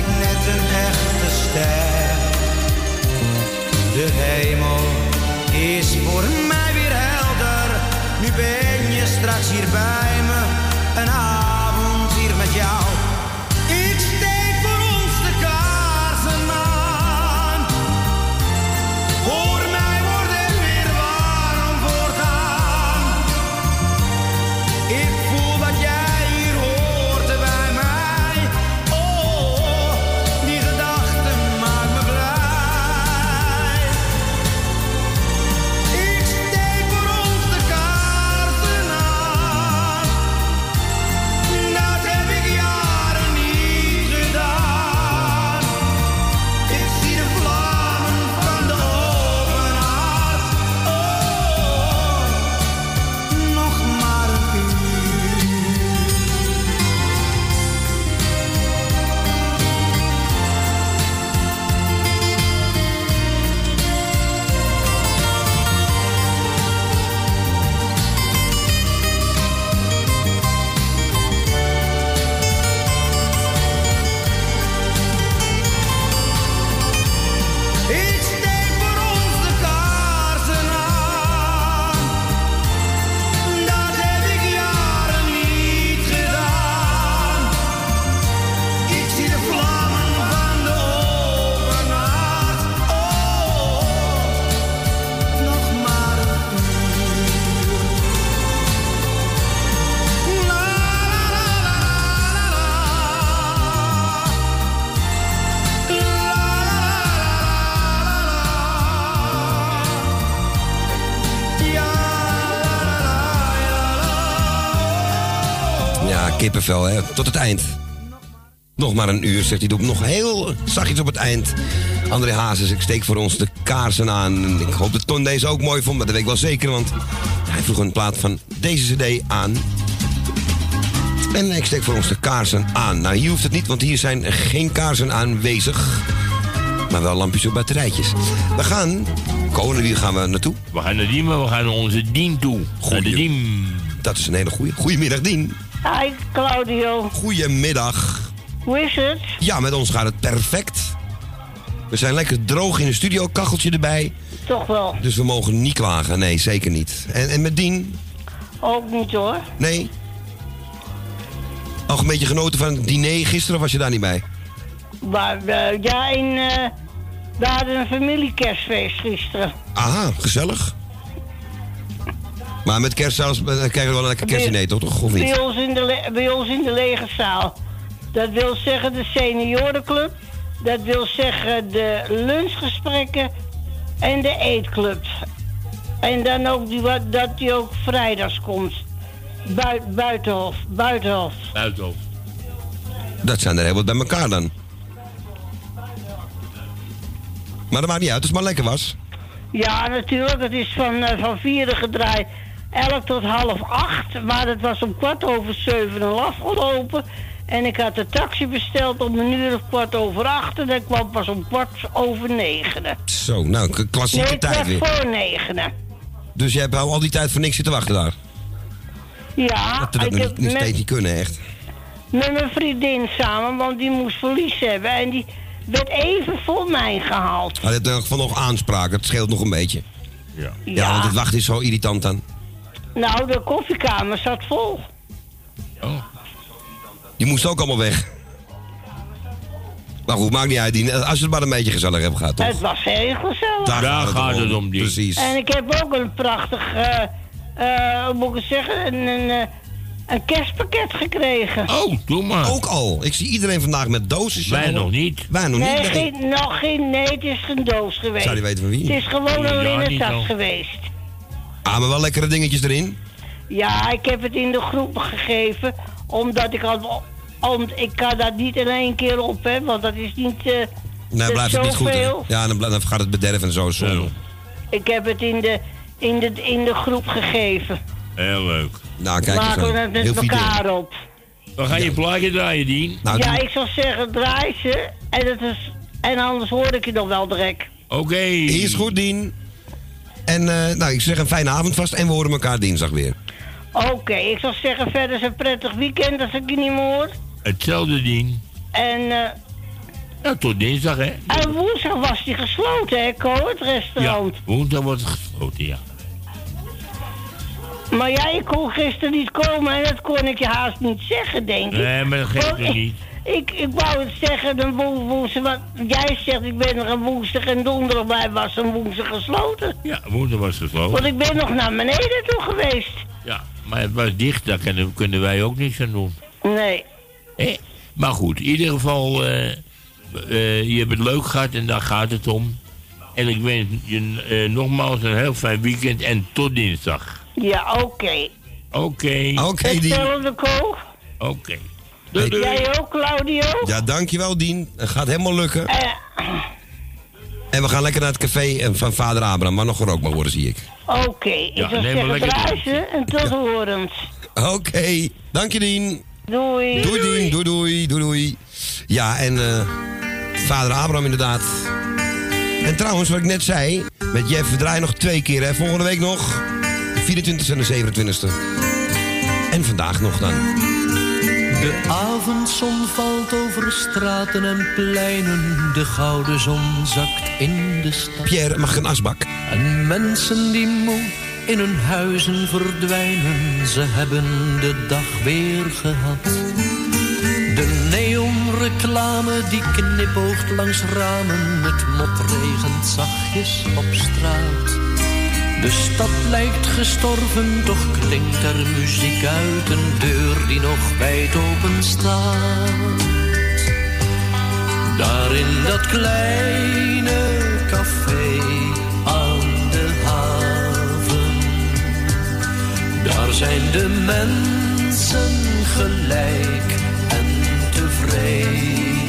lijkt net een echte ster. De hemel is voor mij weer helder. Nu ben je straks hier bij me, een avond hier met jou. Ik steek voor ons de kaarsen aan. Voor mij wordt het weer warm voortaan. Ik voel dat jij hier hoort bij mij. Oh, die gedachte maakt me blij. Ik steek voor ons de kaarsen aan. Dat heb ik jaren niet gedaan. Ik zie de vlammen van de open haard. Oh, nog maar een uur. Ik steek voor ons de kaarsen aan. Dat heb ik jaren niet gedaan. Ik zie de vlammen van de open haard. Oh, nog maar een uur. La, la, la, la, la, la. Ja, kippenvel, hè. Tot het eind. Nog maar een uur, zegt hij. Doe nog heel zachtjes op het eind. André Hazes, ik steek voor ons de kaarsen aan. En ik hoop dat Ton deze ook mooi vond, maar dat weet ik wel zeker. Want hij vroeg een plaat van deze cd aan. En ik steek voor ons de kaarsen aan. Nou, hier hoeft het niet, want hier zijn geen kaarsen aanwezig. Maar wel lampjes op batterijtjes. We gaan... Konen, wie gaan we naartoe? We gaan naar Dien, maar we gaan naar onze Dien toe. Naar de Dien. Dat is een hele goeie. Goedemiddag, Dien. Hi, Claudio. Goedemiddag. Hoe is het? Ja, met ons gaat het perfect. We zijn lekker droog in de studio, kacheltje erbij. Toch wel. Dus we mogen niet klagen. Nee, zeker niet. En, en met Dien? Ook niet hoor. Nee? Nog een beetje genoten van het diner gisteren, of was je daar niet bij? Maar uh, ja, in, uh, we hadden een familiekerstfeest gisteren. Aha, gezellig. Maar met kerst zelfs, uh, krijgen we wel een lekker kerstdiner, toch? Toch? Of niet? Bij ons, in de le- bij ons in de lege zaal. Dat wil zeggen de seniorenclub. Dat wil zeggen de lunchgesprekken en de eetclub. En dan ook die, wat- dat die ook vrijdags komt. Bui- buitenhof, buitenhof. Buitenhof. Dat zijn er heel wat bij elkaar dan. Maar dat maakt niet uit, als het maar lekker was. Ja, natuurlijk. Het is van, uh, van vieren gedraaid. Elk tot half acht. Maar het was om kwart over zeven al afgelopen. En ik had de taxi besteld om een uur of kwart over acht. En dat kwam pas om kwart over negenen. Zo, nou, k- klassieke Nee, tijd kwart weer. voor negenen. Dus jij hebt al die tijd voor niks zitten wachten daar? Ja, Dat we dat ik nog heb niet, nog steeds met, niet kunnen, echt. met mijn vriendin samen, want die moest verlies hebben. En die werd even voor mij gehaald. Hij had in elk geval nog aanspraak, het scheelt nog een beetje. Ja. Ja, Ja. want het wachten is zo irritant dan. Nou, de koffiekamer zat vol. Die moest ook allemaal weg. Maar goed, maakt niet uit. Die- Als je het maar een beetje gezellig hebt gehad, toch? Het was heel gezellig. Daar Daar gaat het om, die. Precies. En ik heb ook een prachtig, eh eh, hoe moet ik het zeggen, een, een, eh, een kerstpakket gekregen. Oh, doe maar. Ook al. Ik zie iedereen vandaag met dozen. Wij nog niet. Wij nog nee, niet. Nee. geen, nog geen, nee, het is geen doos geweest. Zou je weten van wie? Het is gewoon Ja, een linnen niet tas zo. geweest. Ah, maar wel lekkere dingetjes erin. Ja, ik heb het in de groep gegeven, omdat ik al, om, ik kan dat niet in één keer op, hè, want dat is niet, eh Nee, dat blijft is het niet goed. hè? zoveel. Ja, dan, bl- dan gaat het bederven en zo. Zonde. Ik heb het in de, in de, in de groep gegeven. Heel leuk. Nou, kijk eens Maken we aan. het met Heel fidel. elkaar op. Dan ga je plaatje draaien, Dien. Nou, Ja, die- ik zou zeggen, draai ze. En, het is, en anders hoor ik je nog wel direct. Oké. Is goed, Dien. En eh, nou, ik zeg een fijne avond vast en we horen elkaar dinsdag weer. Oké, ik zou zeggen verder een prettig weekend als ik je niet meer hoor. Hetzelfde, Dien. En, eh Ja, tot dinsdag, hè? En woensdag was die gesloten, hè, Ko, het restaurant. Ja, woensdag wordt het gesloten, ja. Maar jij kon gisteren niet komen en dat kon ik je haast niet zeggen, denk ik. Nee, maar dat geeft Want het ik- niet. Ik, ik wou het zeggen, een wo- woensdag, want jij zegt ik ben er een woensdag en donderdag bij was een woensdag gesloten. Ja, woensdag was het gesloten. Want ik ben nog naar beneden toe geweest. Ja, maar het was dicht, daar kunnen, kunnen wij ook niks aan doen. Nee. Eh, maar goed, in ieder geval, eh, eh, je hebt het leuk gehad en daar gaat het om. En ik wens je eh, nogmaals een heel fijn weekend en tot dinsdag. Ja, oké. Oké. Oké, Dien. Hetzelfde, Ko. Oké. Doei, doei. Jij ook, Claudio? Ja, dankjewel, Dien. Het gaat helemaal lukken. Eh, En we gaan lekker naar het café eh, van vader Abraham, maar nog gerookt mag worden, zie ik. Oké, ik Ja, zou neem maar zeggen lekker druisen en tot horens. Oké, dank je, Dien. Doei. Doei, Dien. Doei, doei, doei, doei. Ja, en eh, vader Abraham inderdaad. En trouwens, wat ik net zei, met Jeff, we draaien nog twee keer, hè. Volgende week nog, de vierentwintigste en de zevenentwintigste. En vandaag nog dan. De avondzon valt over straten en pleinen. De gouden zon zakt in de stad. Pierre, mag ik een asbak? En mensen die moe in hun huizen verdwijnen. Ze hebben de dag weer gehad. De neonreclame die knipoogt langs ramen. Het motregent zachtjes op straat. De stad lijkt gestorven, toch klinkt er muziek uit een deur die nog wijd open staat. Daar in dat kleine café aan de haven, daar zijn de mensen gelijk en tevreden.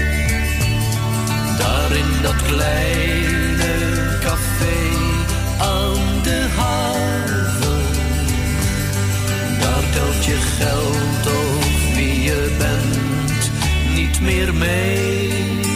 Daar in dat kleine café aan de haven, daar telt je geld of wie je bent niet meer mee.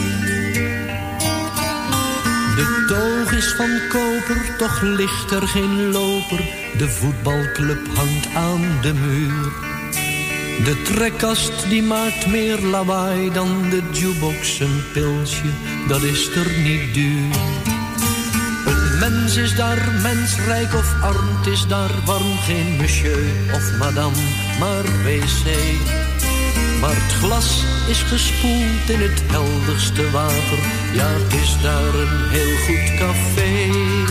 De toog is van koper, toch ligt er geen loper. De voetbalclub hangt aan de muur. De trekkast die maakt meer lawaai dan de jukebox. Een pilsje, dat is er niet duur. Mens is daar mensrijk of arm, het is daar warm, geen monsieur of madame, maar wc. Maar het glas is gespoeld in het helderste water, ja, het is daar een heel goed café.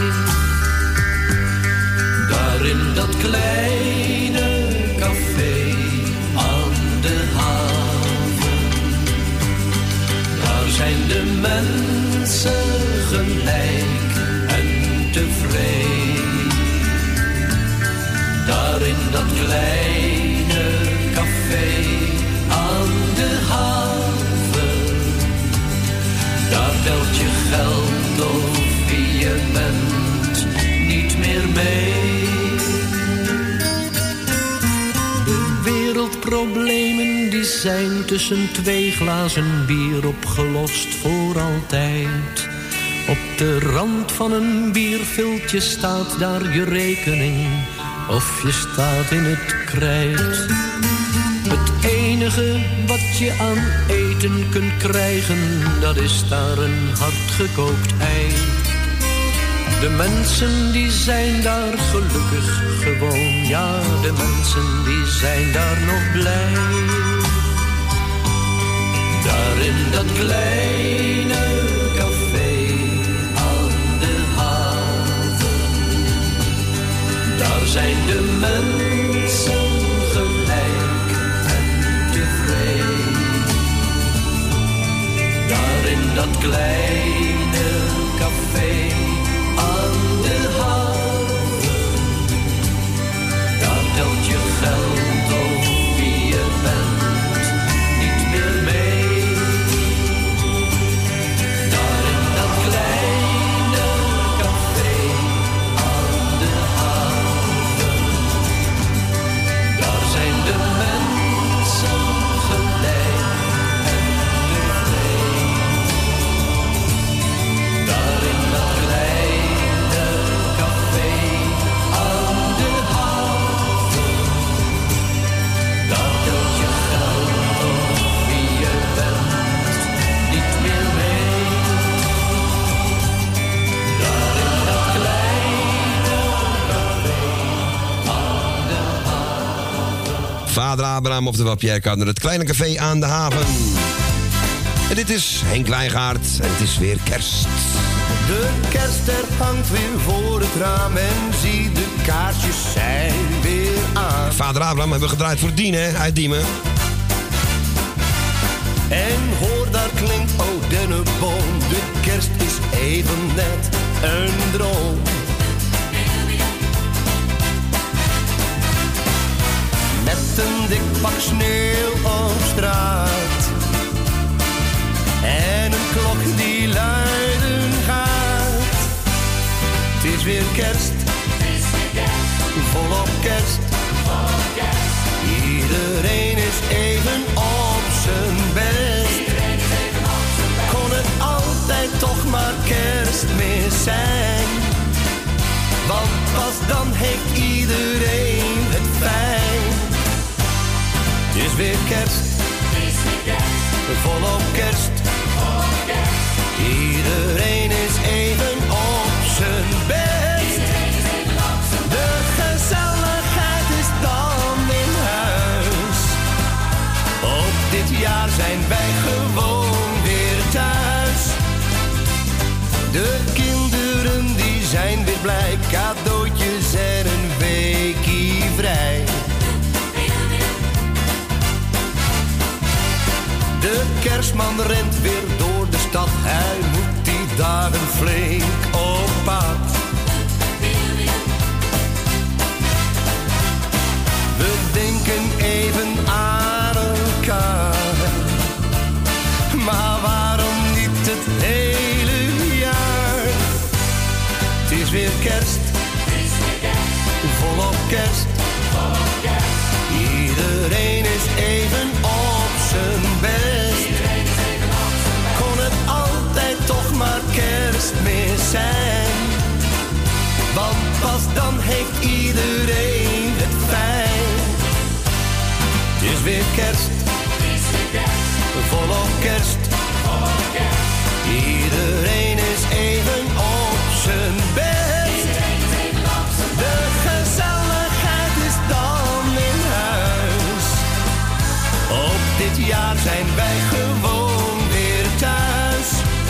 Daar in dat kleine café aan de haven, daar zijn de mensen gelijk tevreden. Daar in dat kleine café aan de haven, daar telt je geld of wie je bent niet meer mee. De wereldproblemen die zijn tussen twee glazen bier opgelost voor altijd. Op de rand van een bierviltje staat daar je rekening, of je staat in het krijt. Het enige wat je aan eten kunt krijgen, dat is daar een hardgekookt ei. De mensen die zijn daar gelukkig gewoon, ja, de mensen die zijn daar nog blij. Daar in dat kleine café aan de haven, daar zijn de mensen gelijk en tevreden. Daar in dat kleine café aan de haven, daar telt je geld of wie je bent niet meer mee. Daar in dat kleine café aan de haven, daar zijn de mensen gelijk en tevreden. Vader Abraham, oftewel Pierre Cardin, het kleine café aan de haven. En dit is Henk Wijngaard en het is weer kerst. De kerstster hangt weer voor het raam en zie de kaarsjes zijn weer aan. Vader Abraham hebben we gedraaid voor Dien, hè, uit Diemen. En hoor, daar klinkt O Denneboom, de kerst is even net een droom. Met een dik pak sneeuw op straat en een klok die luiden gaat. Het is weer kerst, volop kerst. Iedereen is even op zijn best. Kon het altijd toch maar kerstmis zijn, want pas dan heeft iedereen het fijn. Het is weer kerst, volop kerst. Iedereen is even op zijn best. De gezelligheid is dan in huis. Ook dit jaar zijn wij gewoon weer thuis. De kinderen die zijn weer blij, cadeautjes en een weekie vrij. De kerstman rent weer door de stad, hij moet die dagen flink op pad. We denken even aan elkaar, maar waarom niet het hele jaar? Het is weer kerst, volop kerst. Iedereen is even op zijn best. Kon het altijd toch maar kerstmis zijn, want pas dan heeft iedereen het fijn. Het is weer kerst, volop kerst. Iedereen is even op zijn best. De gezelligheid is dan in huis. Ook dit jaar zijn wij gewoon weer thuis.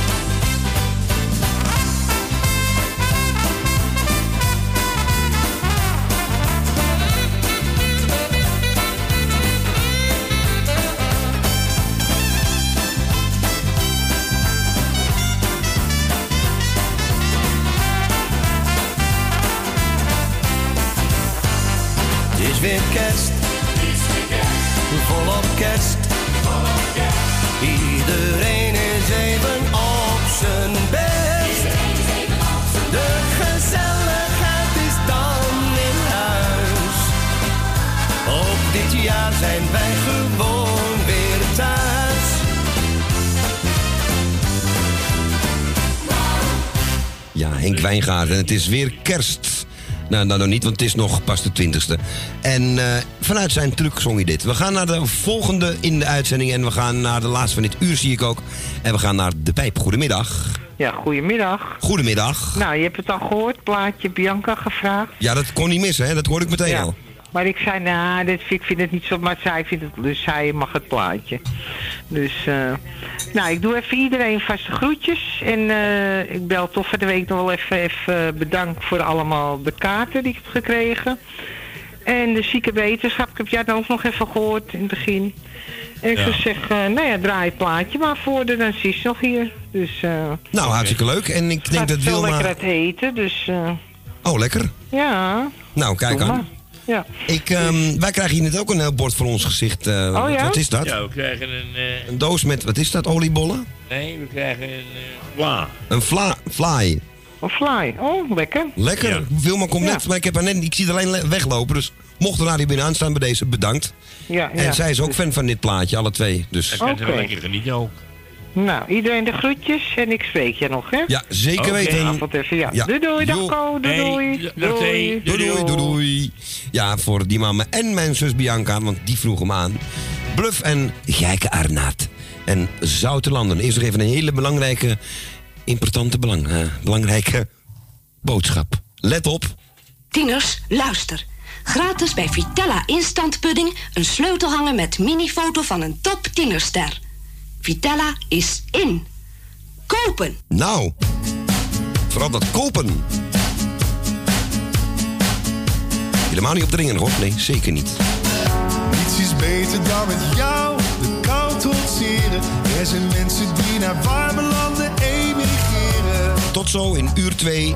Het is weer kerst, volop kerst. Iedereen is even op zijn best. De gezelligheid is dan in huis. Ook dit jaar zijn wij gewoon weer thuis. Ja, Henk Wijngaard en het is weer kerst. Nou, nou, nou niet, want het is nog pas de twintigste. En uh, vanuit zijn truc zong hij dit. We gaan naar de volgende in de uitzending en we gaan naar de laatste van dit uur, zie ik ook. En we gaan naar de pijp. Goedemiddag. Ja, goedemiddag. Goedemiddag. Nou, je hebt het al gehoord, plaatje Bianca gevraagd. Ja, dat kon niet missen, hè? Dat hoorde ik meteen Ja. al. Maar ik zei, nou, dit, ik vind het niet zo, maar zij vindt het, dus zij mag het plaatje. Dus, uh, nou, ik doe even iedereen vaste groetjes. En uh, ik bel toch van de week nog wel even, even bedankt voor allemaal de kaarten die ik heb gekregen. En de zieke wetenschap, ik heb jij dan ook nog even gehoord in het begin. En ik Ja. zou zeggen, nou ja, draai het plaatje maar voor de, dan is nog hier. Dus, uh, Nou, hartstikke leuk. En ik denk gaat dat veel Wilma... lekker uit eten, dus... Uh, Oh, lekker. ja. Nou, kijk Doe aan. maar. Ja. Ik, um, wij krijgen hier net ook een heel bord voor ons gezicht. Uh, Oh, wat, ja? wat is dat? Ja, we krijgen een... eh, Een doos met, wat is dat, oliebollen? nee, we krijgen een uh, vla. Een vla, fly. Een fly. Oh, lekker. Lekker. Ja. Wilma komt Ja. net, maar ik, heb haar net, ik zie haar alleen le- weglopen. Dus mocht er naar die binnen aanstaan bij deze, bedankt. Ja, En ja. zij is ook fan van dit plaatje, alle twee. Dus. Dan kan je Oké. wel lekker genieten ook. Nou, iedereen de groetjes en ik spreek je nog, hè? Ja, zeker Oké. weten. Avond even, ja. Ja. Doei doei, dag Jo. Ko, doei Hey, doei. dag, Thee. Doei doei, doei doei. Ja, voor die mama en mijn zus Bianca, want die vroeg hem aan. Bluff en Gijke Arnaert. En Zoutelanden. Eerst nog even een hele belangrijke, importante, belang, eh, belangrijke boodschap. Let op. Tieners, luister. Gratis bij Vitella Instant Pudding een sleutelhanger met mini-foto van een top tienerster. Vitella is in. Kopen! Nou, vooral dat kopen. Helemaal niet opdringen, hoor. Nee, zeker niet. Niets is beter dan met jou de kou trotseren. Er zijn mensen die naar warme landen emigreren. Tot zo in uur twee.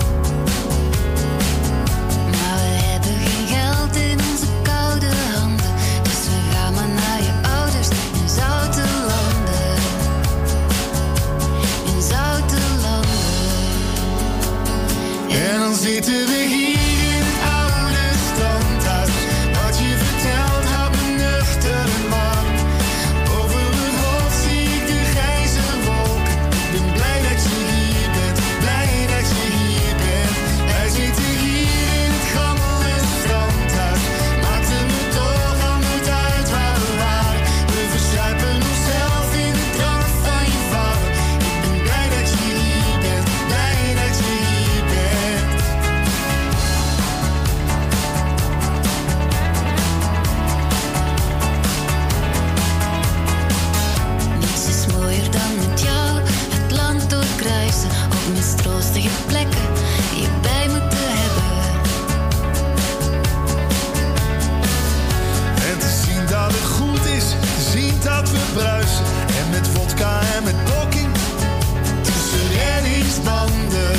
Maar we hebben geen geld in onze koude handen. Dus we gaan maar naar je ouders in zoute landen. In zoute landen. En dan zitten we hier in het oude standhuis. Wat je vertelt houdt me nuchter en warm. Over mijn hoofd zie ik de grijze wolk. Ik ben blij dat je hier bent, blij dat je hier bent. Wij zitten hier in het gammele standhuis. Maakte me toch al nooit uit waar we waren. We verzuipen onszelf in de drank van je vader. Ik ben blij dat je hier bent, blij dat je hier bent. Niets is mooier dan met jou het land doorkruisen. Op mistroostige plekken je bij moeten hebben. En te zien dat het goed is, te zien dat we bruisen. En met vodka en met blokking tussen reddingsbanden.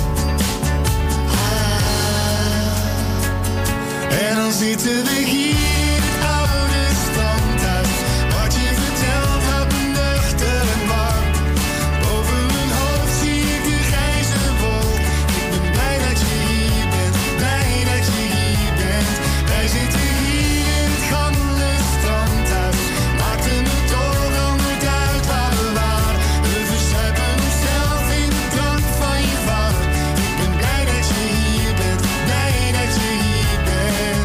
Ah. En dan zitten we hier in het oude standhuis. Wat je vertelt houdt me nuchter en warm. Boven mijn hoofd zie ik de grijze wolk. Ik ben blij dat je hier bent, blij dat je hier bent. Wij zitten hier in het gammele standhuis. Maakte me toch al nooit uit waar we waren. We verzuipen onszelf in de drank van je vader. Ik ben blij dat je hier bent, blij dat je hier bent.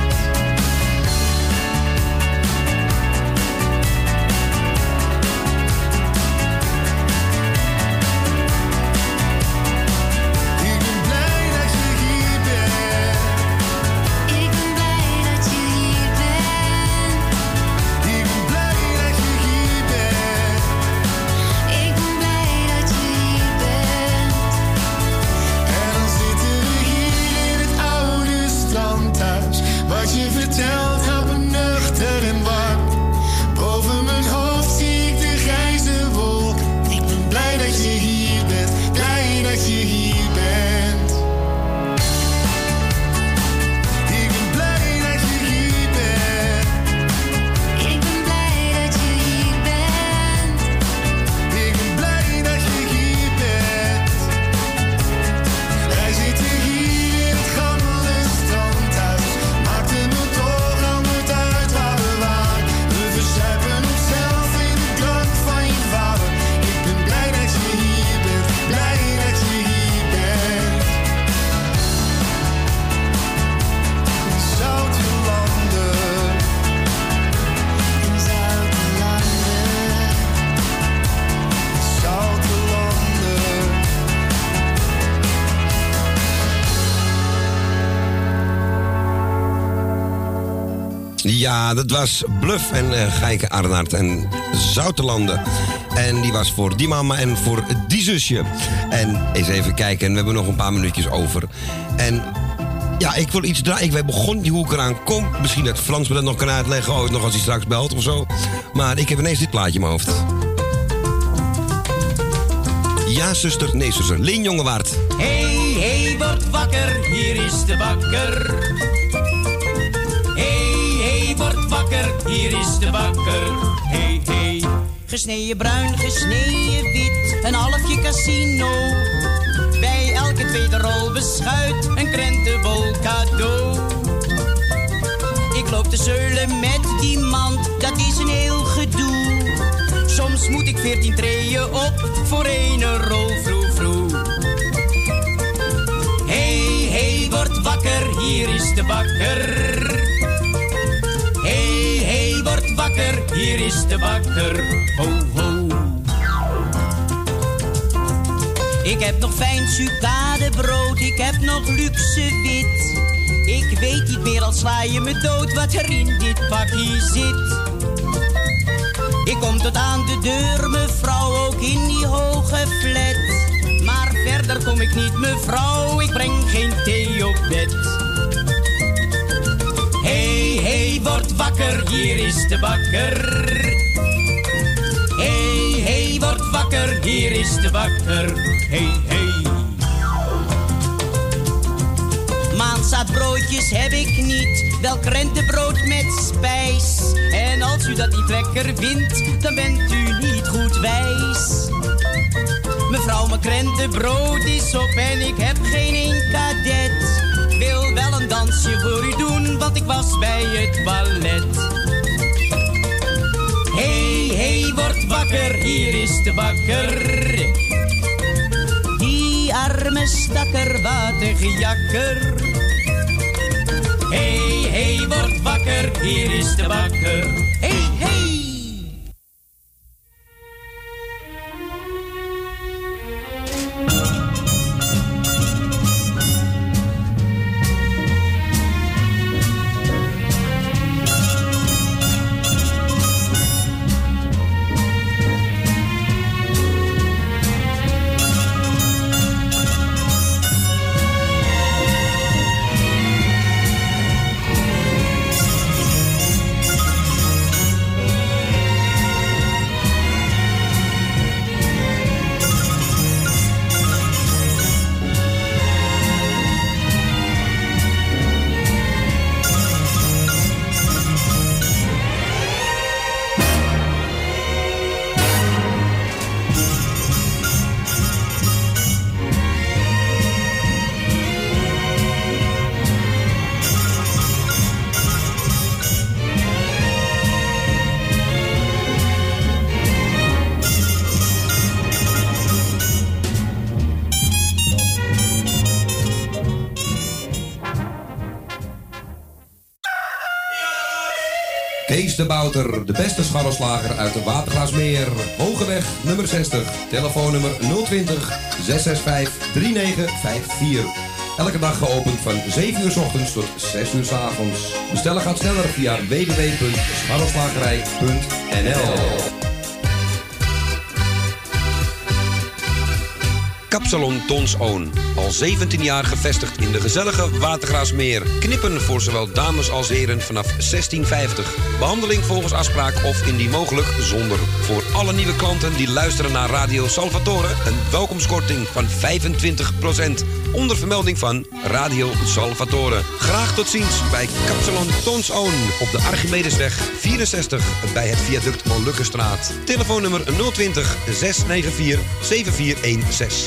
Ik ben blij dat je hier bent. Ik ben blij dat je hier bent. Ik ben blij dat je hier bent. Ik ben blij dat je hier bent. En dan zitten we hier in het oude standhuis. Wat je vertelt houdt me nuchter en warm. Boven mijn hoofd zie ik de grijze wolk. Ik ben blij dat je hier bent, blij dat je hier bent. Ik ben blij dat je hier bent. Ik ben blij dat je hier bent. Ik ben blij dat je hier bent. Wij zitten hier in het gammele standhuis. Maakte me toch al nooit uit waar we waren. We verzuipen onszelf in de drank van je vader. Ik ben blij dat je hier bent, blij dat je hier bent. In zoute landen. In zoute landen. Zoute landen. Ja, dat was Bluff en uh, Gijke Arnaert en Zoutelanden. En die was voor die mama en voor die zusje. En eens even kijken, we hebben nog een paar minuutjes over. En ja, ik wil iets draaien. Ik weet begon hoe ik eraan kom. Misschien dat Frans me dat nog kan uitleggen, ooit nog als hij straks belt of zo. Maar ik heb ineens dit plaatje in mijn hoofd. Ja, zuster, nee, zuster. Leen Jongewaard. Hey, hey, word wakker, hier is de bakker. Hey, hey, word wakker, hier is de bakker. Hey, hey. Gesneden bruin, gesneden wit, een halfje casino. Bij elke tweede rol beschuit, een krentenbol cadeau. Ik loop te zeulen met die mand, dat is een heel gedoe. Soms moet ik veertien treeën op, voor één rol vroeg vroeg. Hey, hey, word wakker, hier is de bakker. Hey, hey, word wakker, hier is de bakker. Ho, ho. Ik heb nog fijn sucadebrood, ik heb nog luxe wit. Ik weet niet meer, al sla je me dood, wat er in dit pakje zit. Ik kom tot aan de deur, mevrouw, ook in die hoge flat. Maar verder kom ik niet, mevrouw, ik breng geen thee op bed. Hey, hey, word wakker, hier is de bakker. Hey, hey, word wakker, hier is de bakker. Hey, hey. Maanzaadbroodjes heb ik niet, wel krentenbrood met spijs. En als u dat niet lekker vindt, dan bent u niet goed wijs. Mevrouw, mijn krentenbrood is op en ik heb geen één kadet. Ik wil wel een dansje voor u doen, want ik was bij het ballet. Hey, hey, word wakker, hier is de bakker. Die arme stakker, wat een gejakker. Hey, hey, word wakker, hier is de bakker. Hey, hey. Kees de Bouter, de beste scharrelslager uit de Watergraasmeer. Hogeweg nummer zestig, telefoonnummer nul twintig, zes zes vijf, drie negen vijf vier. Elke dag geopend van zeven uur 's ochtends tot zes uur 's avonds. Bestellen gaat sneller via w w w punt scharrelslagerij punt n l. Kapsalon Tons Oon. Al zeventien jaar gevestigd in de gezellige Watergraasmeer. Knippen voor zowel dames als heren vanaf zestien vijftig. Behandeling volgens afspraak of indien mogelijk zonder. Voor alle nieuwe klanten die luisteren naar Radio Salvatore een welkomstkorting van vijfentwintig procent. Onder vermelding van Radio Salvatore. Graag tot ziens bij Kapsalon Tons Oon op de Archimedesweg vierenzestig bij het viaduct Molukkenstraat. Telefoonnummer nul twintig, zes negen vier, zeven vier een zes.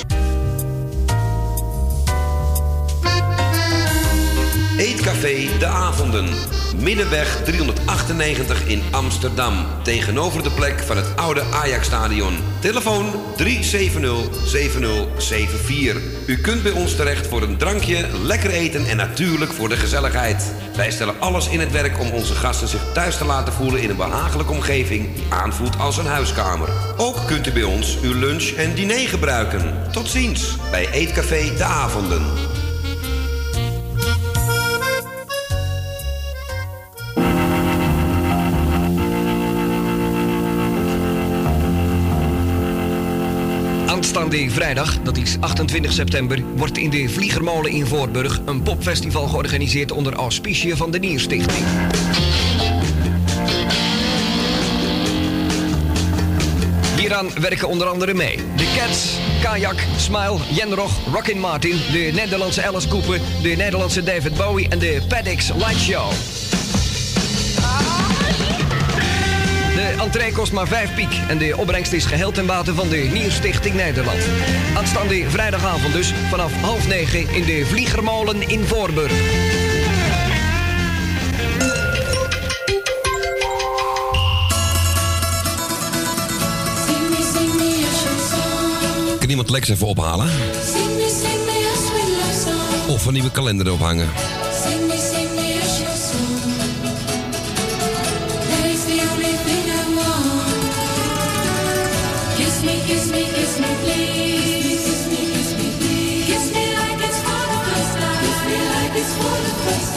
Eetcafé De Avonden. Middenweg driehonderdachtennegentig in Amsterdam. Tegenover de plek van het oude Ajax-stadion. Telefoon drie zeven nul, zeven nul zeven vier. U kunt bij ons terecht voor een drankje, lekker eten en natuurlijk voor de gezelligheid. Wij stellen alles in het werk om onze gasten zich thuis te laten voelen in een behagelijke omgeving die aanvoelt als een huiskamer. Ook kunt u bij ons uw lunch en diner gebruiken. Tot ziens bij Eetcafé De Avonden. Aanstaande vrijdag, dat is achtentwintig september, wordt in de Vliegermolen in Voorburg een popfestival georganiseerd onder auspiciën van de Nierstichting. Hieraan werken onder andere mee de Cats, Kajak, Smile, Jenrog, Rockin' Martin, de Nederlandse Alice Cooper, de Nederlandse David Bowie en de Paddix Light Show. De entree kost maar vijf piek en de opbrengst is geheel ten bate van de Nierstichting Nederland. Aanstaande vrijdagavond dus vanaf half negen in de Vliegermolen in Voorburg. Kan iemand Lex even ophalen? Of een nieuwe kalender ophangen? Kiss me, kiss me, please. Kiss me, kiss me, kiss me like it's for the first time. Kiss me like it's for the first time.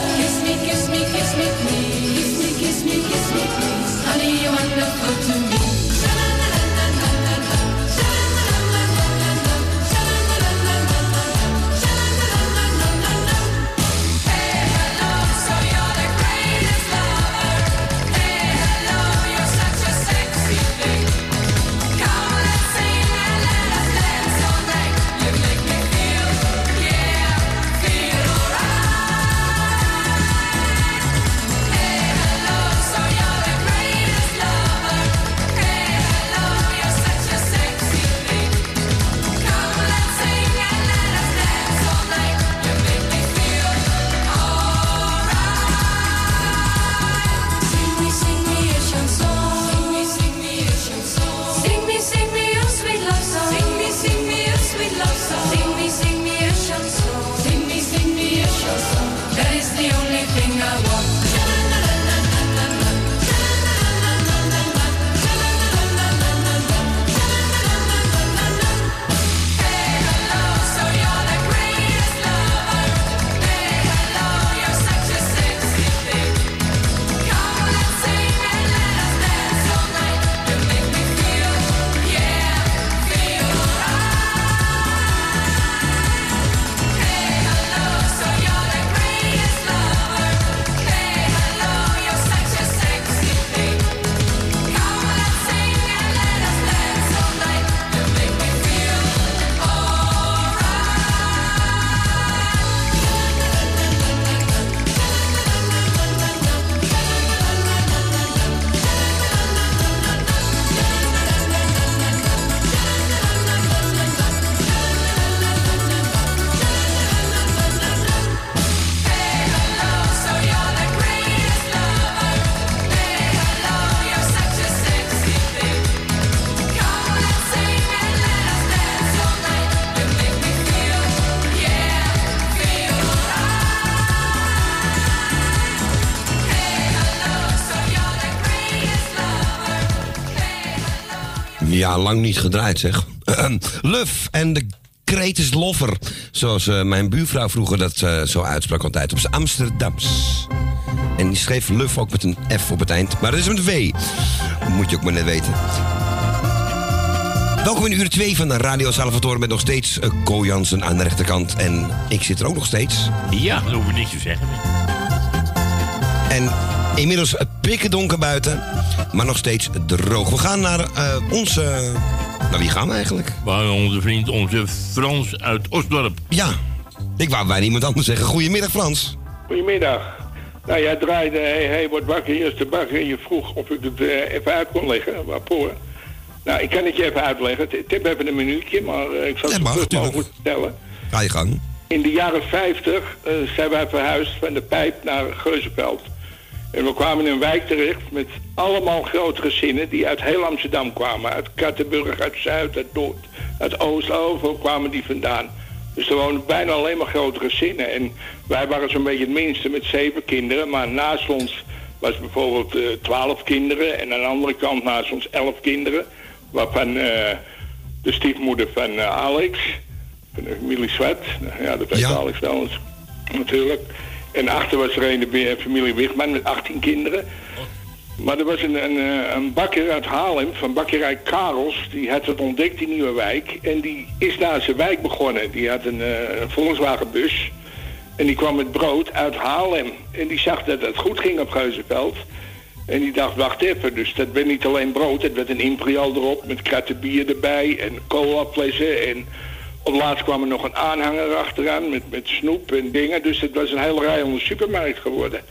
Ja, lang niet gedraaid, zeg. Luf en de Greatest Lover. Zoals uh, mijn buurvrouw vroeger dat uh, zo uitsprak altijd. Op z'n Amsterdams. En die schreef Luf ook met een F op het eind. Maar dat is met een W. Dat moet je ook maar net weten. Welkom in uur twee van de Radio Salvatore met nog steeds uh, Ko Jansen aan de rechterkant. En ik zit er ook nog steeds. Ja, daar hoef ik niks te zeggen. En inmiddels pikken donker buiten, maar nog steeds droog. We gaan naar uh, onze... Naar wie gaan we eigenlijk? Waar onze vriend, onze Frans uit Osdorp. Ja, ik wou bijna iemand anders zeggen. Goedemiddag, Frans. Goedemiddag. Nou, jij draaide, hey, hey, word wakker, hier is de bakker. En je vroeg of ik het uh, even uit kon leggen. Waarvoor? Nou, ik kan het je even uitleggen. Het heeft even een minuutje, maar uh, ik zal het terug mogelijk vertellen. Ga je gang. In de jaren vijftig uh, zijn wij verhuisd van de Pijp naar Geuzenveld. En we kwamen in een wijk terecht met allemaal grote gezinnen die uit heel Amsterdam kwamen. Uit Kattenburg, uit Zuid, uit Noord, uit Oost, overal kwamen die vandaan. Dus er woonden bijna alleen maar grote gezinnen. En wij waren zo'n beetje het minste met zeven kinderen. Maar naast ons was bijvoorbeeld uh, twaalf kinderen. En aan de andere kant naast ons elf kinderen. Waarvan uh, de stiefmoeder van uh, Alex, van de familie Zwart. Ja, dat weet ja. Alex wel eens, natuurlijk. En achter was er een de familie Wigman met achttien kinderen. Maar er was een, een, een bakker uit Haarlem, van bakkerij Karels. Die had het ontdekt, die nieuwe wijk. En die is naar zijn wijk begonnen. Die had een, een Volkswagenbus. En die kwam met brood uit Haarlem. En die zag dat het goed ging op Geuzenveld. En die dacht, wacht even. Dus dat werd niet alleen brood. Het werd een Imperial erop met kratten bier erbij. En colaflessen en... Op laatst kwam er nog een aanhanger achteraan met, met snoep en dingen. Dus het was een hele rij om een supermarkt geworden.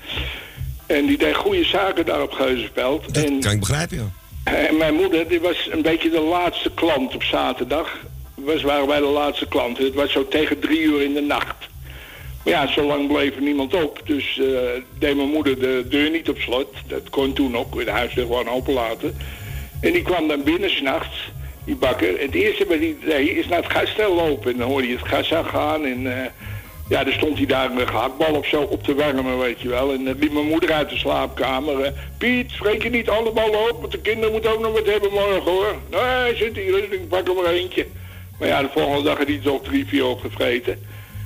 En die deed goede zaken daar op Geuzenveld. Dat en, kan ik begrijpen, ja. En mijn moeder, die was een beetje de laatste klant op zaterdag. Was, waren wij de laatste klanten. Het was zo tegen drie uur in de nacht. Maar ja, zo lang bleef er niemand op. Dus uh, deed mijn moeder de deur niet op slot. Dat kon toen ook, weer de huisdeur gewoon open laten. En die kwam dan binnen 's nachts. Die bakker. Het eerste wat hij deed is naar het gasstel lopen. En dan hoorde je het gas aangaan. En uh, ja, dan stond hij daar een gehaktbal of zo op te warmen, weet je wel. En dan liep mijn moeder uit de slaapkamer. Uh, Piet, vreet je niet alle ballen op, want de kinderen moeten ook nog wat hebben morgen, hoor. Nee, zit hier, ik pak er maar eentje. Maar ja, de volgende dag had hij toch drie, vier opgevreten.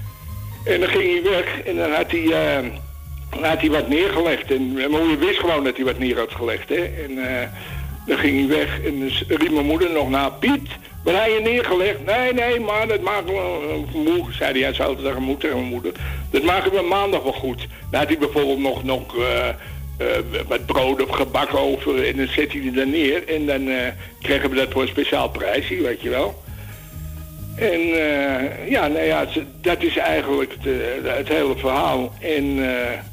En dan ging hij weg en dan had hij, uh, dan had hij wat neergelegd. En mijn moeder wist gewoon dat hij wat neer had gelegd, hè. En... Uh, Dan ging hij weg en dus riep mijn moeder nog na. Piet, wat heb je neergelegd? Nee, nee, maar dat maken we uh, moe, zei hij. Hij zei altijd tegen moeder, mijn moeder. Dat maken we maandag wel goed. Dan had hij bijvoorbeeld nog, nog uh, uh, wat brood of gebak over en dan zet hij er dan neer. En dan uh, kregen we dat voor een speciaal prijsje, weet je wel. En uh, ja, nou ja, dat is eigenlijk de, het hele verhaal. En... Uh,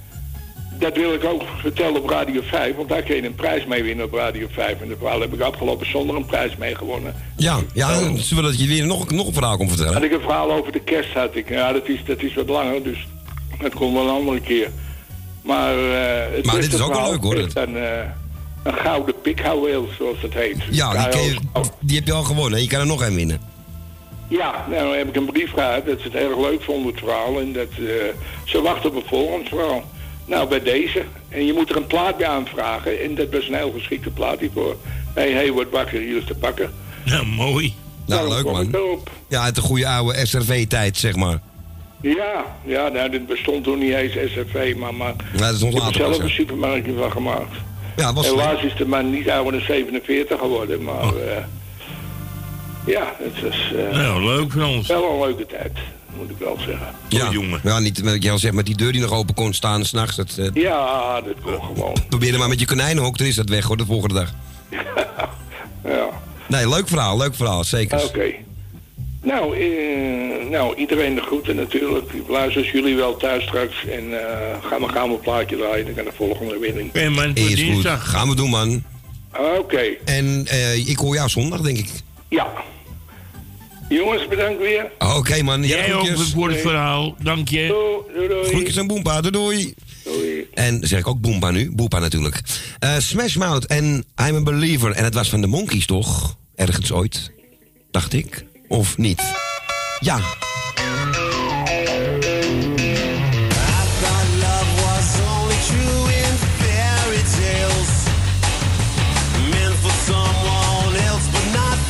Dat wil ik ook vertellen op Radio vijf, want daar kun je een prijs mee winnen op Radio vijf. En dat verhaal heb ik afgelopen zondag een prijs mee gewonnen. Ja, ja, dan zullen we dat je weer nog, nog een verhaal komt vertellen. Had ik een verhaal over de kerst had ik. Ja, dat is, dat is wat langer, dus dat komt wel een andere keer. Maar, uh, het maar dit is ook wel leuk, hoor. Is een, uh, een gouden pikhouweel, zoals dat heet. Ja, die, je, die heb je al gewonnen. Je kan er nog een winnen. Ja, nou dan heb ik een brief gehad dat ze het erg leuk vonden, het verhaal. En dat uh, ze wachten op een volgend verhaal. Nou, bij deze. En je moet er een plaat bij aanvragen. En dat was een heel geschikte plaat hiervoor. Hé, hey, hey, word wakker, hier is te pakken. Nou, mooi. Nou, nou leuk man. Ja, uit de goede oude S R V-tijd, zeg maar. Ja, ja, nou, dit bestond toen niet eens S R V, maar, maar ja, dat is nog ik heb er zelf pas, een supermarktje van gemaakt. Ja, was helaas is de man niet ouder dan zevenenveertig geworden, maar oh. uh, ja, het was uh, nou, leuk voor ons. Wel een leuke tijd. Moet ik wel zeggen. Ja, oh, jongen. Ja, niet met, je al zegt, met die deur die nog open kon staan s'nachts. Dat, uh, ja, dat kon gewoon. Probeer er maar met je konijnenhok, dan is dat weg hoor, de volgende dag. Ja. Nee, leuk verhaal, leuk verhaal, zeker. Oké. Okay. Nou, uh, nou, iedereen de groeten natuurlijk. Ik luister jullie wel thuis straks. En uh, gaan we gaan we een plaatje draaien. Dan kan de volgende winning. Oké, man. Is goed. Gaan we doen, man. Oké. Okay. En uh, ik hoor jou zondag, denk ik. Ja. Jongens, bedankt weer. Oké, okay, man. Jij, Jij ook voor het verhaal. Dank je. Doei, doei, doei. Groetjes aan Boompa. Doei, doei. Doei. En zeg ik ook Boompa nu. Boompa natuurlijk. Uh, Smash Mouth en I'm a Believer. En het was van de Monkees, toch? Ergens ooit. Dacht ik. Of niet? Ja. Meant for someone else, but not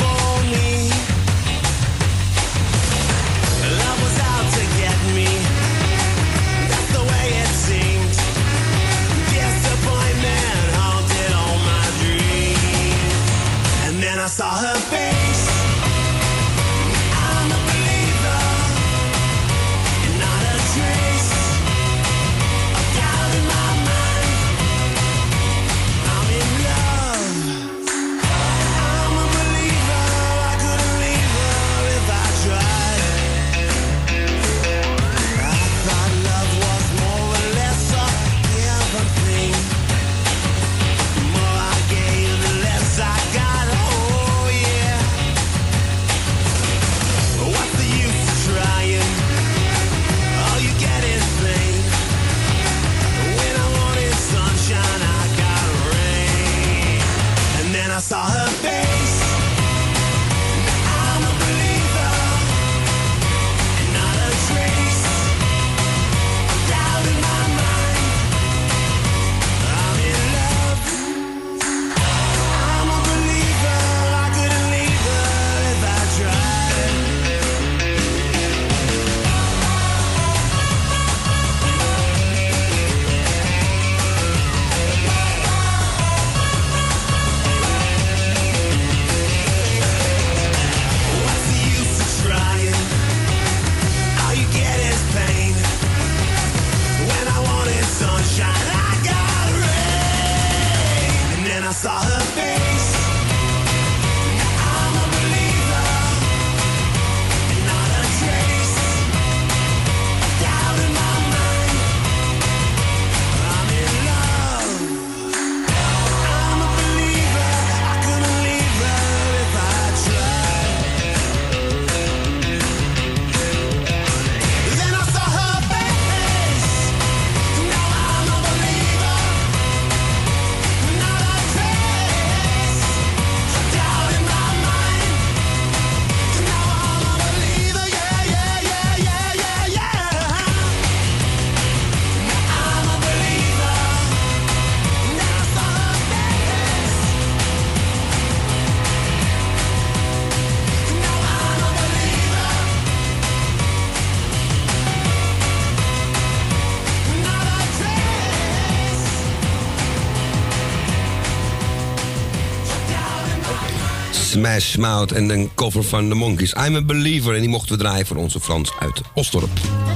Smash Mouth en een cover van The Monkees. I'm a Believer. En die mochten we draaien voor onze Frans uit Osdorp.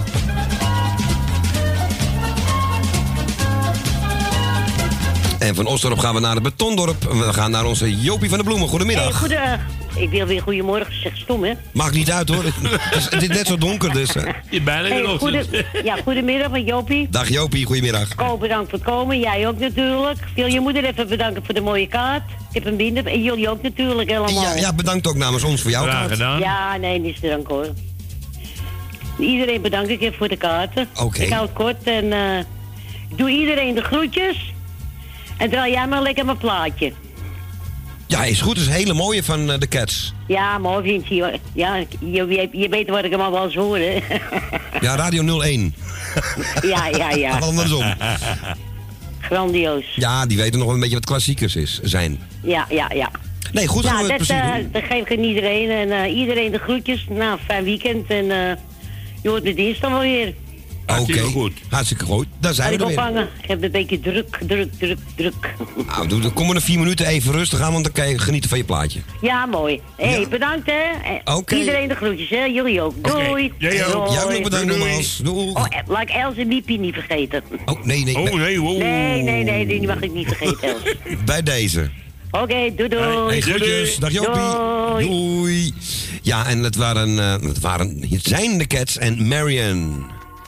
En van Osdorp gaan we naar het Betondorp. We gaan naar onze Jopie van de Bloemen. Goedemiddag. Hey, goede, ik wil weer goedemorgen, zeg stom hè. Maakt niet uit hoor. Het is, het is net zo donker dus. Hè. Je bijna Hey, goede, ja, goedemiddag van Jopie. Dag Jopie, goedemiddag. Ko, bedankt voor het komen. Jij ook natuurlijk. Ik wil je moeder even bedanken voor de mooie kaart. Ik heb hem binnen. En jullie ook natuurlijk helemaal. Ja, ja, bedankt ook namens ons voor jouw Graag kaart. gedaan. Ja, nee, niet te dank hoor. Iedereen bedank ik even voor de kaarten. Oké. Ik hou het kort en eh, ik doe iedereen de groetjes. En draai jij maar lekker mijn plaatje. Ja, is goed. Het is een hele mooie van uh, de Cats. Ja, mooi vind je. hoor. Ja, je, je, je weet wat ik hem al wel eens hoor, hè. Ja, Radio nul één. Ja, ja, ja. Andersom. Grandioos. Ja, die weten nog wel een beetje wat klassiekers is, zijn. Ja, ja, ja. Nee, goed, gaan nou, we het dat, precies uh, doen. dat geef ik aan iedereen. En uh, iedereen de groetjes. Nou, fijn weekend. En uh, je hoort me dinsdag wel weer. Oké, goed. Hartstikke goed. Daar zijn Kan we ik er weer. ophangen? Ik heb een beetje druk, druk, druk, druk. Nou, doe, dan komen we er vier minuten even rustig aan, want dan kan je genieten van je plaatje. Ja, mooi. Hé, hey, bedankt hè. Eh, Oké. Iedereen de groetjes hè. Jullie ook. Doei. Jij ook. Jij ook nog bedankt nogmaals. Doei. Oh, eh, laat ik Els en Miepie niet vergeten. Oh, nee, nee. Oh, nee, wow. Nee, nee, nee, die mag ik niet vergeten, Els. Bij deze. Oké, doei doei. Hey, groetjes. Dag Jopie. Doei. Ja, en het waren, uh, het waren, het zijn de Cats en Marian.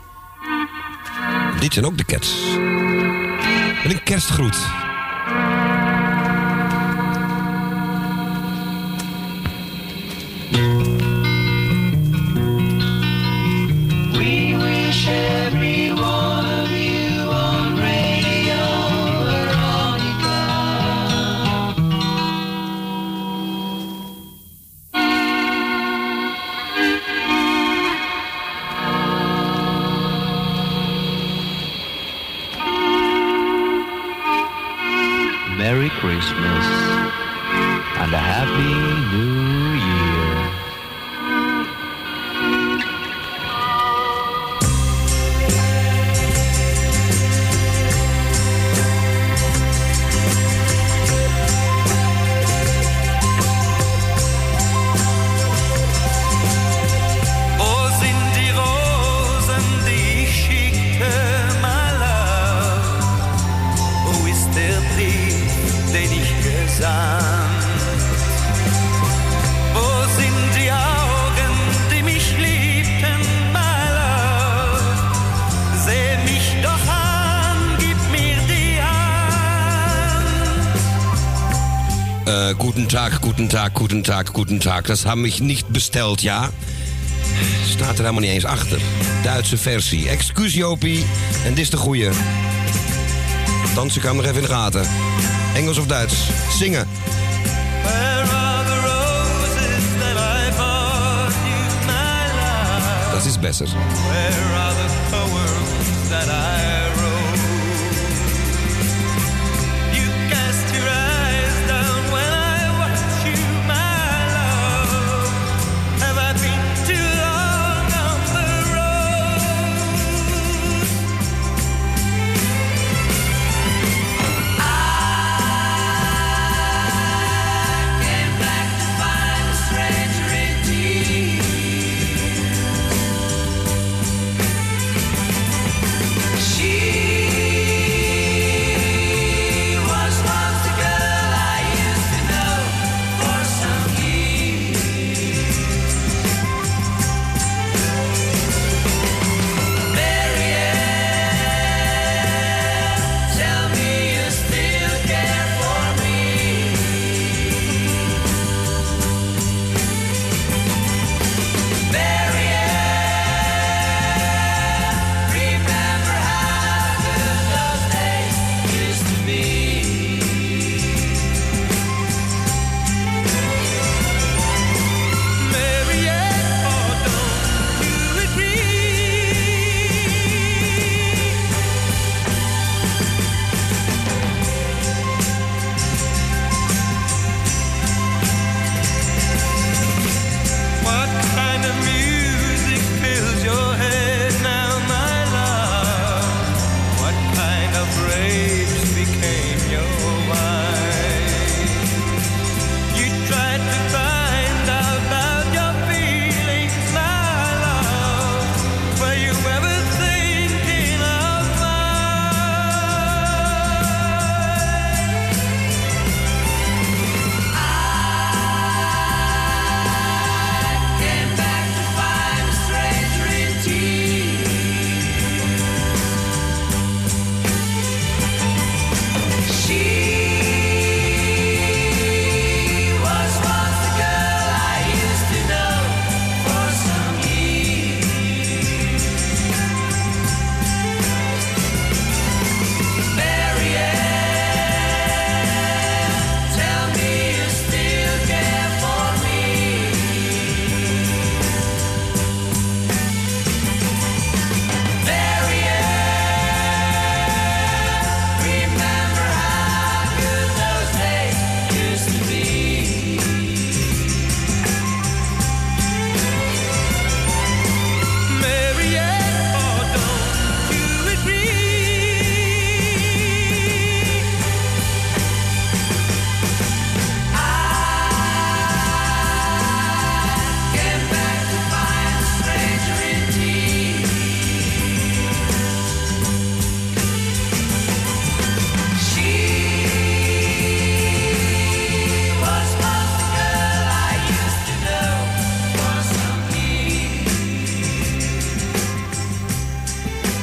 Dit zijn ook de Cats. Met een kerstgroet. We wish every one of you on Radio Veronica. Merry Christmas and a Happy New Year. Wo sind die Rosen, die ich schickte, my love? Wo ist der Brief, den ich gesandt? Wo sind die Augen, die mich liebten, my love? Seh mich doch an, gib mir die Hand. Äh, guten Tag, guten Tag, guten Tag, guten Tag. Das haben mich nicht bestellt, ja? Staat er helemaal niet eens achter. Duitse versie. Excuus Jopie. En dit is de goeie. Dansen kan nog even in de gaten. Engels of Duits. Zingen. Where are the roses that I bought you, my love? Dat is beter. Where are the poems that I wrote? You cast your eyes down when I watch you, my love. Have I been too long on the road? I came back to find a stranger indeed. She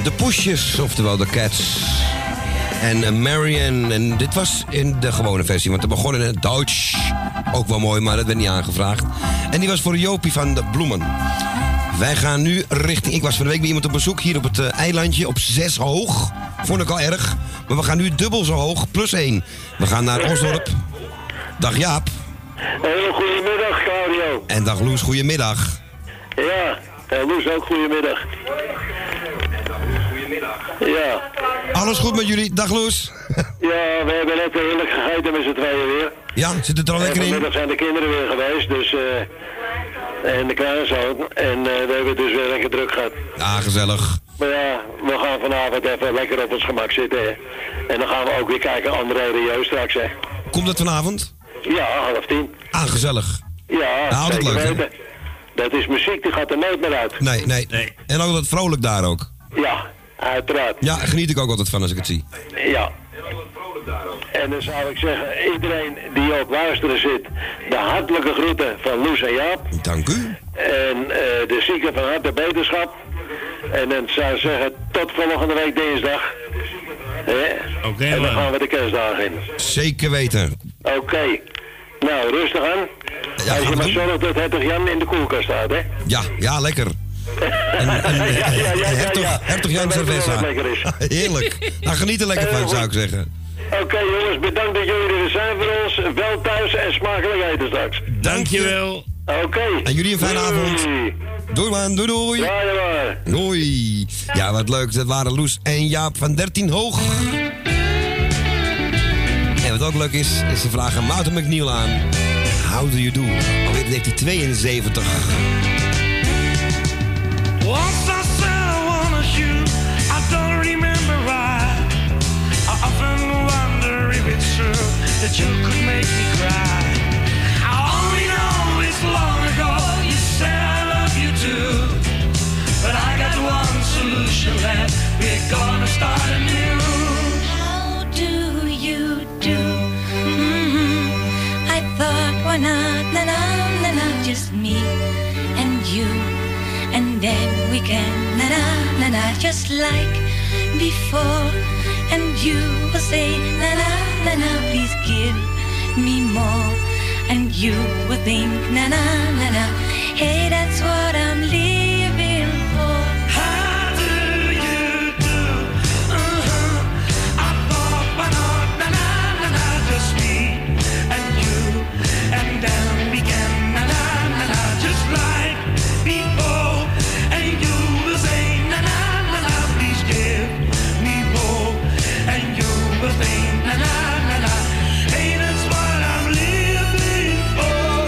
De Pushjes, oftewel de Cats. En uh, Marianne. En dit was in de gewone versie, want het begon in het Duits. Ook wel mooi, maar dat werd niet aangevraagd. En die was voor Jopie van de Bloemen. Wij gaan nu richting... Ik was van de week bij iemand op bezoek hier op het uh, eilandje op zes hoog. Vond ik al erg. Maar we gaan nu dubbel zo hoog, plus één. We gaan naar Osdorp. Dag Jaap. Hele goedemiddag, Claudio. En dag Loes, goedemiddag. Ja, en Loes ook goedemiddag. Ja. Alles goed met jullie? Dag Loes. Ja, we hebben net heerlijk gegeten met z'n tweeën weer. Ja, zit het er al en lekker in? vanmiddag zijn de kinderen weer geweest, dus... Uh, en de kleinzoon. En uh, we hebben dus weer lekker druk gehad. Ja, gezellig. Maar ja, we gaan vanavond even lekker op ons gemak zitten, hè. En dan gaan we ook weer kijken André Rieu straks, hè. Komt dat vanavond? Ja, half tien. Ah, gezellig. Ja, nou, altijd zeker leuk, weten. Dat is muziek, die gaat er nooit meer uit. Nee, nee, nee. En ook altijd vrolijk daar ook. Ja, uiteraard. Ja, geniet ik ook altijd van als ik het zie. Ja. En dan zou ik zeggen, iedereen die op luisteren zit, de hartelijke groeten van Loes en Jaap. Dank u. En uh, de zieken van harte beterschap. En dan zou ik zeggen, tot volgende week dinsdag. Oké, okay, en dan gaan we de kerstdagen in. Zeker weten. Oké. Okay. Nou, rustig aan. Ja, als je maar zorgt dat Hertog Jan in de koelkast staat, hè? Ja, ja, lekker. En, en, ja, ja, ja, ja, hertog, ja. hertog Jan Cerveza. Heerlijk. Nou, geniet er lekker van, zou ik zeggen. Oké okay, jongens, bedankt dat jullie er zijn voor ons. Wel thuis en smakelijk eten straks. Dankjewel. Oké. Okay. En jullie een fijne doei. avond. Doei man, doei doei. Ja, ja, maar. Doei. Ja, wat leuk. Dat waren Loes en Jaap van dertien hoog. En wat ook leuk is, is de vraag aan Maarten McNeil aan. How do you do? Alweer negentien tweeënzeventig. Once I said I wanna shoot, I don't remember why. I often wonder if it's true that you could make me cry. I only know it's long ago you said I love you too. But I got one solution left, we're gonna start anew. How do you do? Mm-hmm. I thought, why not, na na na na, just me and you. And then we can, na na na na, just like before. And you will say, na na na na, please give me more. And you will think, na na na na, hey, that's what I'm living for. How do you do? Uh-huh. I thought, why not, na na na na, just me and you. And then we can, na na na na, just like before. And you will say, na na na na, please give me more. And you will think, na na na na, hey, that's what I'm living for.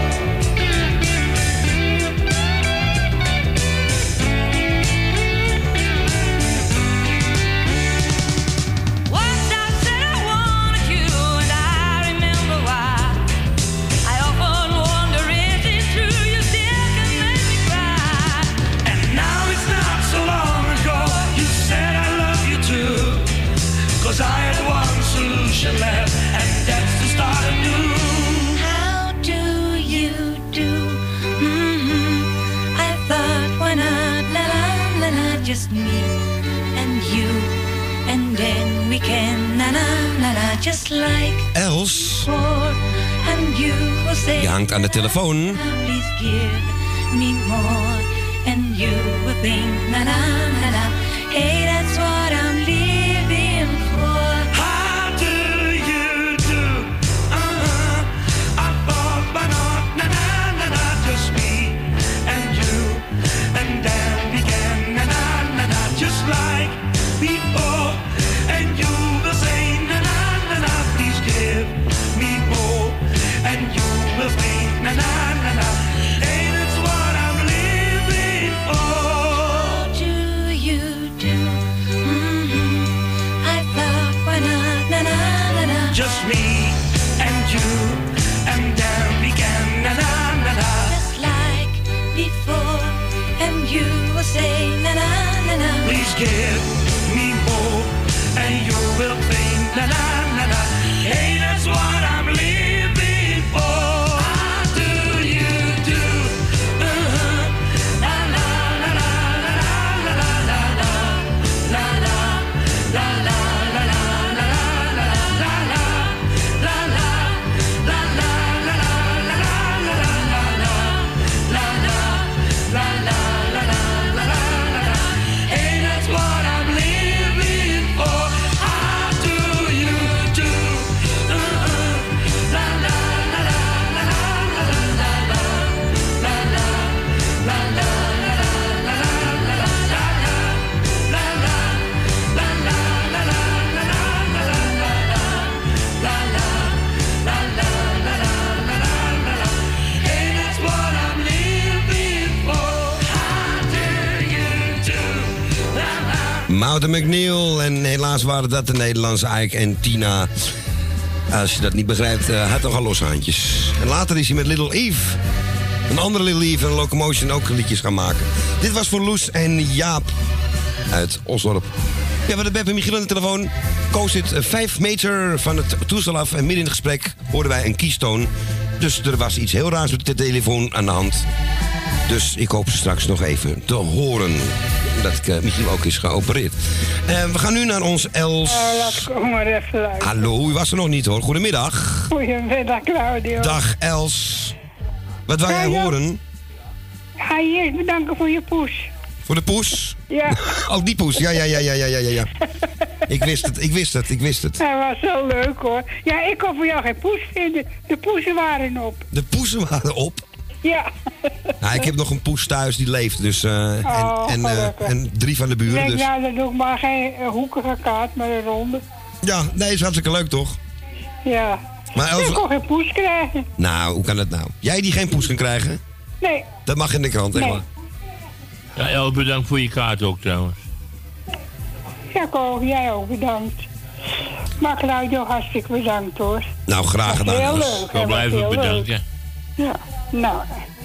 Once I said I wanted you, and I remember why. I often wonder if it's true you still can make me cry. And now it's not so long ago you said I love you too. Cause I had one solution left, and that's to start anew. How do you do? Mm-hmm. I thought, why not, la la la la, just me and you. And then we can, na na na na, just like Els, before. And you will say, je hangt aan de telefoon. please give me more. And you will think, na na na na, hey, that's what I'm living for. How do you do? Uh-huh. I thought, why not, na na na na, just me and you. And then we can, na na na na, just like before. And you will say, na na na na, please give me more. And you will think, na na na na, hey, that's what I'm living for. How do you do? Mm-hmm. I thought, why not, na na na na, Just me and you, and then we can, na na na na. just like before. And you will say, na na na na, Please give me more, and you will think, na na na na. Hey, that's what I'm living for. How do you do? Uh-huh. La la la la la la la la la. Mountain McNeil. En helaas waren dat de Nederlandse Ike en Tina. Als je dat niet begrijpt, uh, had toch al loshandjes. En later is hij met Little Eve, een andere Little Eve en Locomotion ook liedjes gaan maken. Dit was voor Loes en Jaap uit Osdorp. Ja, we hebben Beb en Michiel aan de telefoon. Koos zit uh, vijf meter van het toestel af en midden in het gesprek hoorden wij een kiestoon. Dus er was iets heel raars met de telefoon aan de hand. Dus ik hoop ze straks nog even te horen. Dat ik, uh, Michiel ook is geopereerd. Uh, we gaan nu naar ons Els. Uh, laat ik maar even luisteren. Hallo, u was er nog niet hoor. Goedemiddag. Goedemiddag, Claudio. Dag Els. Wat wou jij horen? Ga je eerst bedanken voor je poes. Voor de poes? Ja. Oh, die poes. Ja, ja, ja, ja, ja, ja, ja. Ik wist het, ik wist het, ik wist het. Dat was zo leuk hoor. Ja, ik kon voor jou geen poes vinden. De poesen waren op. De poesen waren op? Ja. Nou, ik heb nog een poes thuis die leeft, dus... Uh, oh, en, en, uh, en drie van de buren, denk, dus... Ja, dan doe ik maar geen uh, hoekige kaart, maar een ronde. Ja, nee, is hartstikke leuk, toch? Ja. Maar Els... Ik kon geen poes krijgen. Nou, hoe kan dat nou? Jij die geen poes kan krijgen? Nee. Dat mag in de krant, nee. echt waar. Ja, Els, bedankt voor je kaart ook trouwens. Ja, Ko, jij ook bedankt. Maar Claudio, hartstikke bedankt hoor. Nou, graag gedaan. Heel Els. leuk. Ik blijf het bedanken. Ja, nou.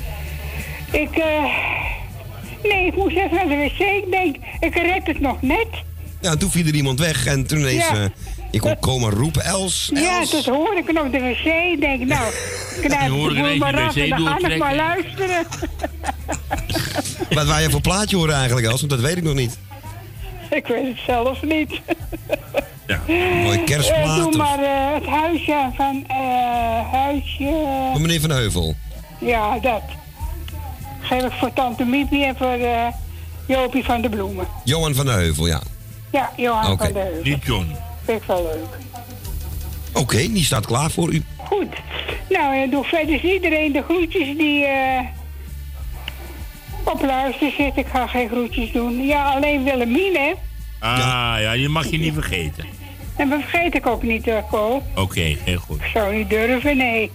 Ik, eh... Uh, nee, ik moest even naar de wc. Ik denk, ik red het nog net. Ja, toen viel er iemand weg en toen ineens... Ja. Uh, ik kon komen roepen, Els, Els. Ja, dat hoorde ik op de wc. Ik denk, nou, knijp de boel maar af en dan ga ik maar luisteren. Wat wou je voor plaatje horen eigenlijk, Els? Want dat weet ik nog niet. Ik weet het zelf niet. Ja, mooi kerstplaat. Uh, doe maar uh, het huisje van... Uh, huisje... Van meneer Van Heuvel. Ja, dat. Geef ik voor tante Miepie en voor uh, Jopie van de Bloemen. Johan van de Heuvel, ja. Ja, Johan okay. van de Heuvel. Niet John. Vind ik wel leuk. Oké, okay, die staat klaar voor u. Goed. Nou, en doe verder iedereen de groetjes die uh, op luister zit. Ik ga geen groetjes doen. Ja, alleen Willemien, hè. Ah, ja, ja die mag je niet vergeten. En dat vergeet ik ook niet, uh, Ko. Oké, okay, heel goed. Ik zou niet durven, nee.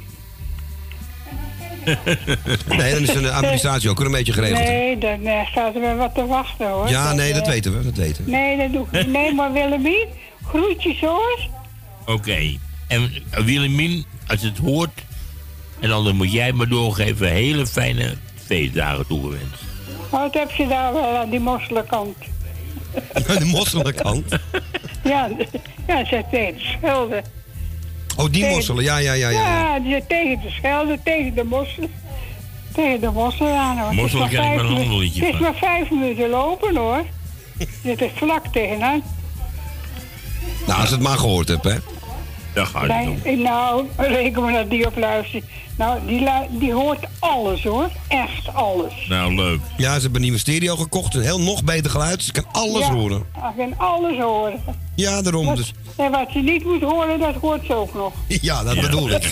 Nee, dan is de administratie ook een beetje geregeld. Nee, dan uh, staat er wel wat te wachten, hoor. Ja, dat, nee, dat uh, weten we, dat weten we. Nee, dat doe ik niet. Nee, maar Willemien, groetjes, hoor. Oké. Okay. En uh, Willemien, als het hoort... en dan moet jij me doorgeven... hele fijne feestdagen toegewenst. Wat heb je daar wel aan die mosselkant? De mosselkant? Ja, ja, ze tegen de schelden. Oh, die tegen, mosselen, ja, ja, ja, ja. Ja, die zit tegen de schelden, tegen de mosselen. Tegen de mosselen aan, hoor. Mosselen kan ik maar een ander liedje van. Het is maar vijf minuten lopen, hoor. Je zit er vlak tegenaan. Nou, als je het maar gehoord hebt, hè. Dat gaat het doen. Nou, reken maar dat die op luistert. Nou, die, lu- die hoort alles, hoor. Echt alles. Nou, leuk. Ja, ze hebben een nieuwe stereo gekocht. Een heel nog beter geluid. Ze kan alles ja, horen. Ze kan alles horen. Ja, daarom. Dat, dus. En wat ze niet moet horen, dat hoort ze ook nog. Ja, dat ja. bedoel ik.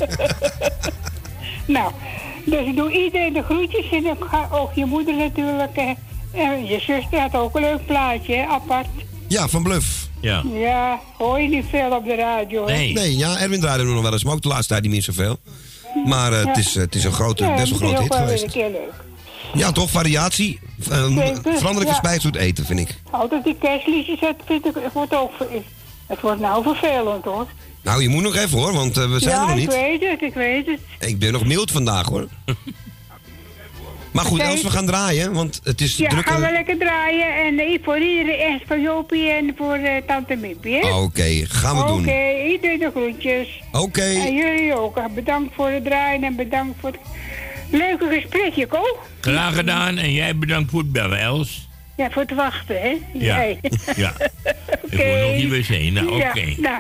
Nou, dus ik doe iedereen de groetjes. En ik ga ook je moeder natuurlijk. En, en je zuster had ook een leuk plaatje, hè, apart. Ja, van Bluff. Ja. Ja, hoor je niet veel op de radio. Nee. Nee, ja, Erwin draaide er nog wel eens, maar ook de laatste tijd niet meer zoveel. Maar uh, ja. het, is, uh, het is een grote, ja, best wel grote hit geweest. Een keer leuk. Ja, toch? Variatie. Uh, veranderlijke ja. spijs doet eten, vind ik. Altijd die kerstliedjes, het, vind ik, het wordt ook... Het wordt nou vervelend, hoor. Nou, je moet nog even, hoor, want uh, we zijn ja, er nog niet. Ja, ik weet het, ik weet het. Ik ben nog mild vandaag, hoor. Maar goed, Els, we gaan draaien, want het is ja, druk. Ja, gaan we lekker draaien. En uh, voor iedereen, en voor Jopie en voor uh, tante Miepie, hè? Oké, okay, gaan we okay, doen. Oké, okay, iedereen de groetjes. Oké. Okay. En jullie ook. Bedankt voor het draaien en bedankt voor het leuke gesprekje, Ko. Graag gedaan en jij bedankt voor het bellen, Els. Ja, voor het wachten, hè? Ja, jij. ja. Okay. Ik moet nog die wc, nou oké. Okay. Ja,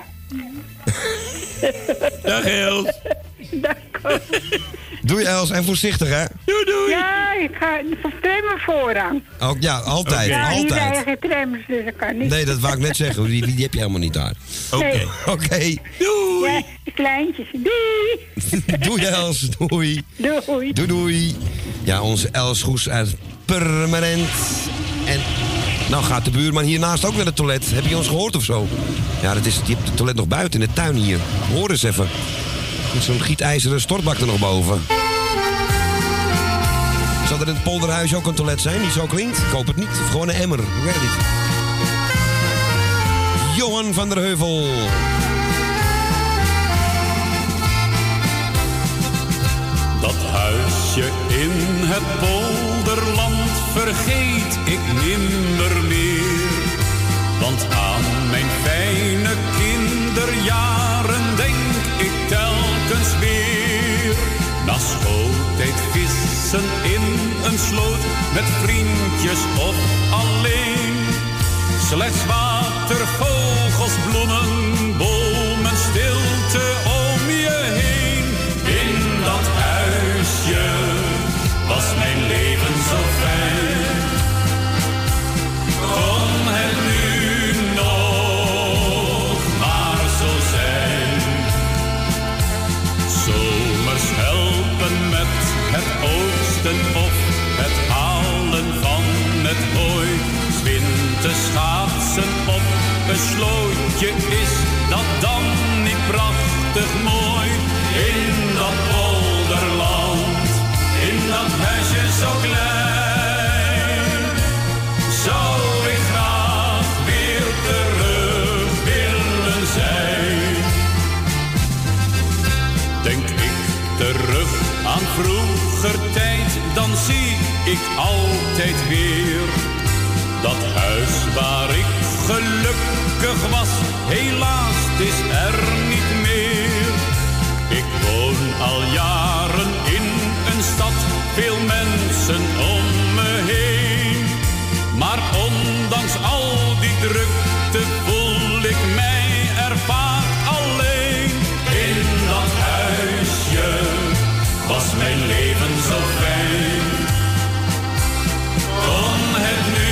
nou. Dag Els. Dag Ko. Doei Els en voorzichtig, hè? Doei doei. Ja, ik ga trammen voorrang. Oh, ja, altijd, okay. altijd. Ja, hier rijden geen trams, dus dat kan niet. Nee, dat wou ik net zeggen, die, die heb je helemaal niet daar. Oké. Nee. Oké. Okay. Doei. Ja, de kleintjes. Doei. Doei Els, doei. Doei. Doei doei. Ja, onze Els Goes uit Permanent. En nou gaat de buurman hiernaast ook naar het toilet. Heb je ons gehoord of zo? Ja, dat is, die hebt het toilet nog buiten in de tuin hier. Hoor eens even. Met zo'n gietijzeren stortbak er nog boven. Zal er in het polderhuis ook een toilet zijn die zo klinkt? Ik hoop het niet. Of gewoon een emmer. Ik weet het niet. Johan van der Heuvel. Dat huisje in het polderland vergeet ik nimmer meer. Want aan mijn fijne kinderjaren denk ik telkens weer. Na schooltijd vissen in een sloot met vriendjes of alleen. Slechts water, vogels, bloemen, bomen, stilte om je heen. In dat huisje was mijn leven zo fijn. Kon het nu nog maar zo zijn. Zomers helpen met het oogsten of het halen van het hooi. 's Winters schaatsen op een slootje, is dat dan niet prachtig mooi? In dat polderland, in dat huisje zo klein, zou ik graag weer terug willen zijn. Denk ik terug aan vroeger tijd, dan zie ik altijd weer dat huis waar ik gelukkig was, helaas het is er niet meer. Ik woon al jaren in een stad, veel mensen om me heen. Maar ondanks al die drukte voel ik mij er vaak alleen. In dat huisje was mijn leven zo fijn. Kon het nu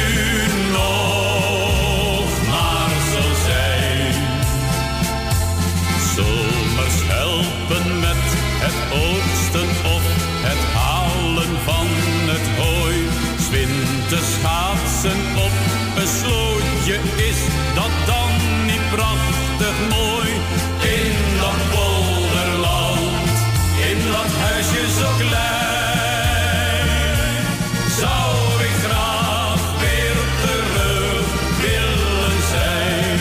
nog maar zo zijn. Zomers helpen met het oogsten of het halen van het hooi. 's Winters schaatsen op een slootje, is dat dan niet prachtig mooi? In dat polderland, in dat huisje zo klein, zou ik graag weer terug willen zijn.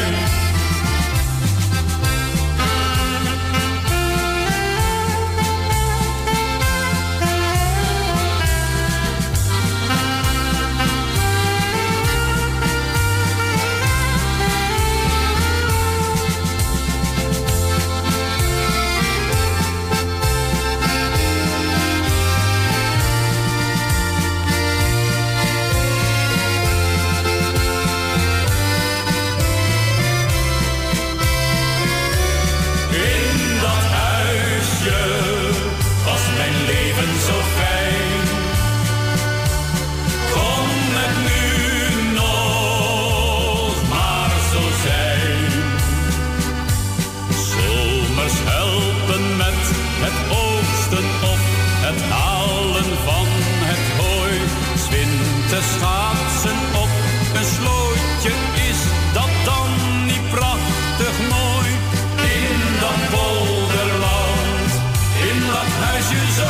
De schaatsen op een slootje, is dat dan niet prachtig mooi? In dat polderland, in dat huisje zo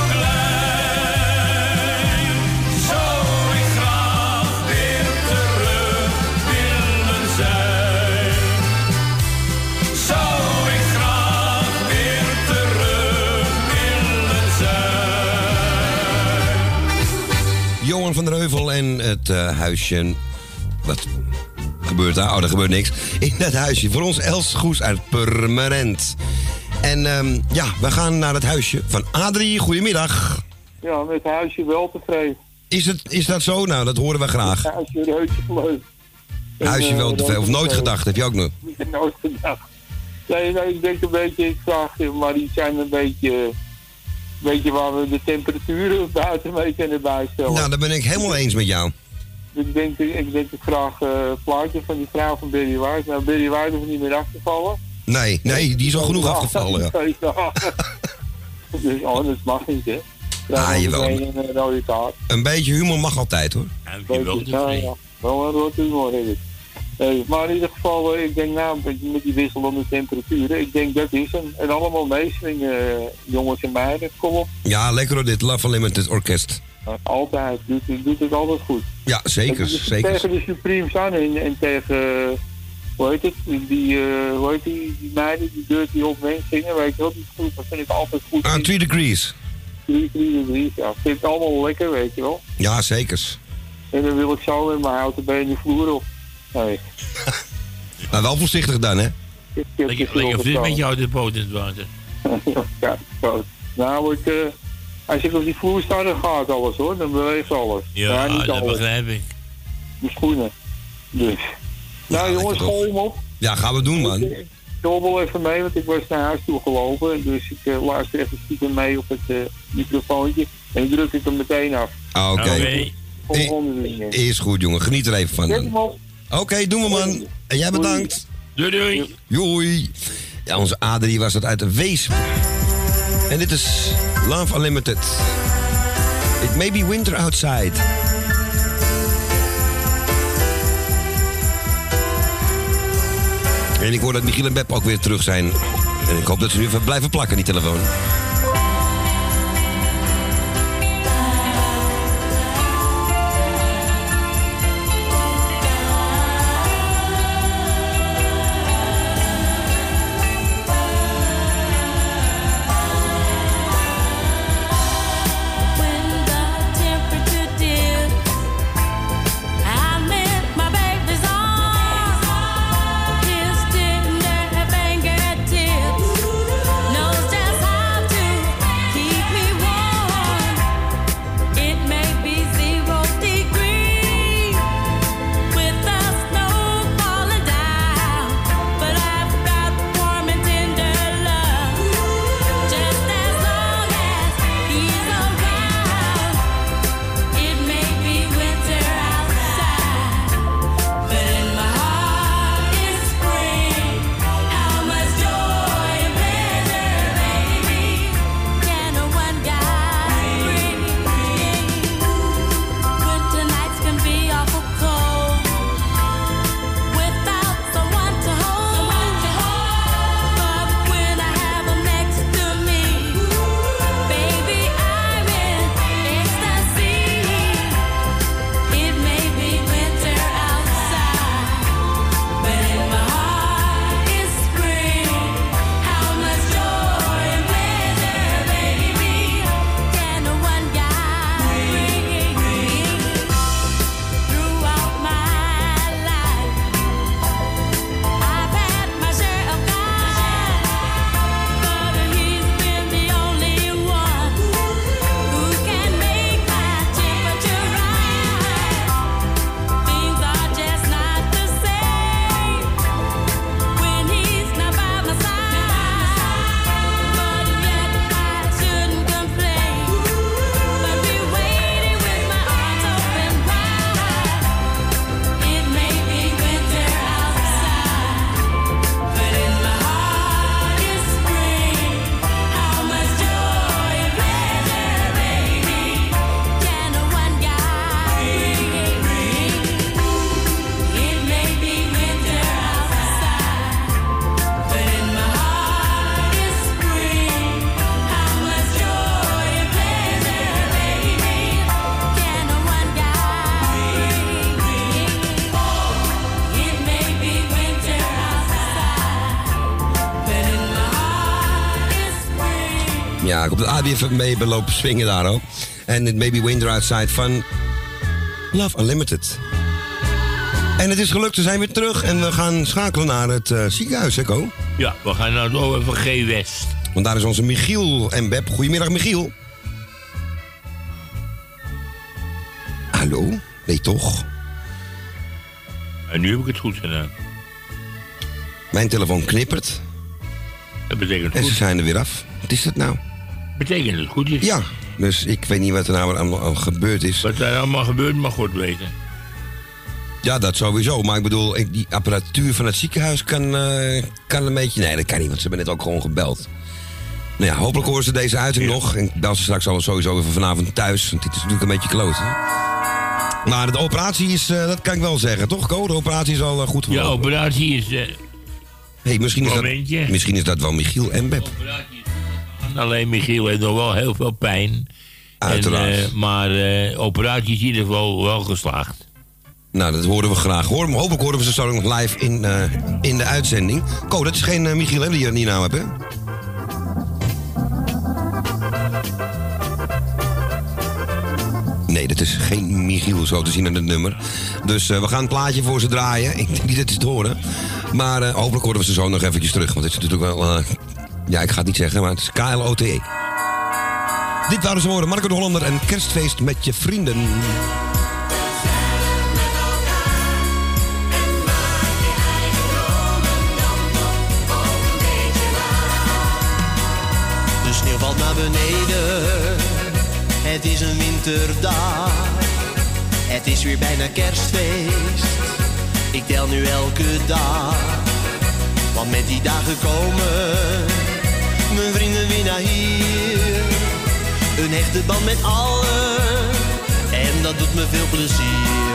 klein, zou ik graag weer terug willen zijn. Zou ik graag weer terug willen zijn. Johan van der Heuvel en het uh, huisje. Wat gebeurt daar? Oh, er gebeurt niks. In dat huisje. Voor ons Els Goes uit Purmerend. En um, ja, we gaan naar het huisje van Adrie. Goedemiddag. Ja, met het huisje wel tevreden. Is, het, is dat zo? Nou, dat horen we graag. Het huisje reuze leuk. Huisje wel tevreden. Of nooit gedacht, heb je ook nog? Nooit gedacht. Nee, nee, ik denk een beetje, ik vraag, maar die zijn een beetje... Weet je waar we de temperaturen buiten mee kunnen bijstellen? Nou, daar ben ik helemaal eens met jou. Ik denk, ik denk ik graag uh, een plaatje van die vrouw van Barry White. Nou, Barry White hoeft niet meer af te vallen. Nee, nee, die is al genoeg afgevallen. Ja. Dus anders mag niet, hè. Ah, jawel. Een, een rode kaart. Een beetje humor mag altijd, hoor. Ja, ik wel ja, ja. Wel een rode humor, is het. Nee, maar in ieder geval, ik denk nou, met die wisselende temperaturen, ik denk dat is een, en allemaal meeswingen, jongens en meiden, kom op. Ja, lekker hoor, dit Love Unlimited Orkest. Altijd, doet, doet het altijd goed. Ja, zeker, dus zeker. Tegen de Supremes aan en, en tegen, hoe heet het, die, die, uh, hoe heet die, die meiden, die Dirty Old Men zingen, weet je wel, die groep, dat vind ik altijd goed. Ah, Three Degrees. Three, three Degrees, ja, vind ik allemaal lekker, weet je wel. Ja, zekers. En dan wil ik zo met mijn houten been de vloer op. Nee. Maar wel voorzichtig dan, hè? Lekker vis met jou de boot in het water. Ja, zo. Nou, ik, uh, als ik op die vloer sta, dan gaat alles hoor, dan beweegt alles. Ja, niet dat alles. begrijp ik. Mijn schoenen. Dus. Nou jongens, gooi hem op. Ja, gaan we doen, man. Ik dobbel even mee, want ik was naar huis toe gelopen. Dus ik uh, luister even stiekem mee op het uh, microfoontje. En ik druk het er meteen af. Ah, oké. Okay. Okay. Is goed, jongen. Geniet er even van. Oké, okay, doen we, man. En jij bedankt. Doei, doei. Doei. Ja, onze Adrie was dat uit de Weesp. En dit is Love Unlimited. It may be winter outside. En ik hoor dat Michiel en Beb ook weer terug zijn. En ik hoop dat ze nu even blijven plakken, die telefoon. Ja, ik hoop dat Adi even mee belopen swingen daar ook. En het Maybe Winter Outside van Love Unlimited. En het is gelukt, we zijn weer terug en we gaan schakelen naar het uh, ziekenhuis, hè Ko? Ja, we gaan naar het O V G West. Want daar is onze Michiel en Beb. Goedemiddag, Michiel. Hallo? Nee, toch? En nu heb ik het goed gedaan. Mijn telefoon knippert. Dat betekent en goed. ze zijn er weer af. Wat is dat nou? Betekent het goed is? Ja, dus ik weet niet wat er nou allemaal al gebeurd is. Wat er allemaal gebeurt, mag God weten. Ja, dat sowieso. Maar ik bedoel, ik- die apparatuur van het ziekenhuis kan, eh, kan een beetje... Nee, dat kan niet, want ze hebben net ook gewoon gebeld. Nou ja, hopelijk horen ze deze uitzending nog. En ik bel ze straks al sowieso even vanavond thuis. Want dit is natuurlijk een beetje kloten. Maar de operatie is, eh, dat kan ik wel zeggen, toch Ko? De operatie is al eh, goed gelopen. Ja, operatie is... eh, hey, misschien, is dat, momentje. misschien is dat wel Michiel en Beb. Alleen Michiel heeft nog wel heel veel pijn. Uiteraard. En, eh, maar eh operatie is in ieder geval wel geslaagd. Nou, dat horen we graag. Hoor, hopelijk horen we ze zo nog live in, uh, in de uitzending. Ko, dat is geen uh, Michiel, hè, die je die naam hebt, hè? Nee, dat is geen Michiel, zo te zien aan het nummer. Dus uh, we gaan een plaatje voor ze draaien. Ik denk niet dat ze het horen. Maar uh, hopelijk horen we ze zo nog eventjes terug. Want het is natuurlijk wel... Uh, ja, ik ga het niet zeggen, maar het is K L O T E. Dit waren ze horen. Marco de Hollander en Kerstfeest met je vrienden. De sneeuw valt naar beneden. Het is een winterdag. Het is weer bijna Kerstfeest. Ik tel nu elke dag. Want met die dagen komen mijn vrienden weer naar hier. Een hechte band met allen. En dat doet me veel plezier.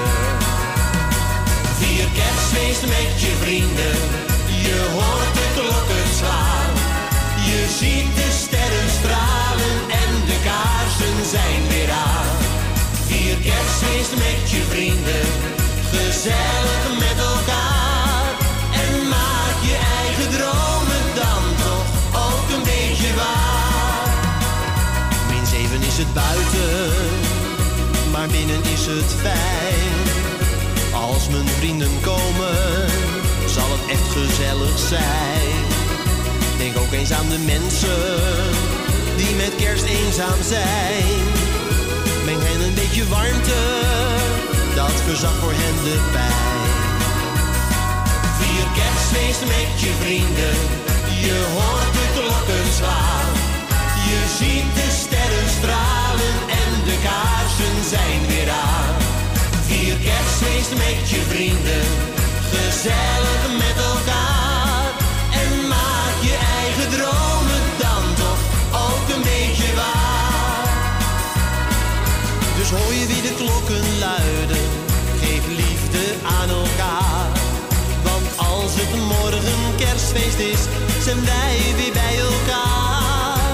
Vier Kerstfeest met je vrienden. Je hoort de klokken slaan. Je ziet de sterren stralen en de kaarsen zijn weer aan. Vier Kerstfeest met je vrienden, gezellig met elkaar. En maak je eigen dromen dan toch ook een beetje waar. Min zeven is het buiten, maar binnen is het fijn. Als mijn vrienden komen, zal het echt gezellig zijn. Denk ook eens aan de mensen die met kerst eenzaam zijn. Meng hen een beetje warmte, dat verzacht voor hen de pijn. Vier Kerstfeest met je vrienden, je hoort de klokken slaan. Je ziet de sterren stralen en de kaarsen zijn weer aan. Vier Kerstfeest met je vrienden, gezellig met elkaar. En maak je eigen dromen dan toch ook een beetje waar. Dus hoor je wie de klokken luiden, geef liefde aan elkaar. Want als het morgen Kerstfeest is, zijn wij weer bij elkaar.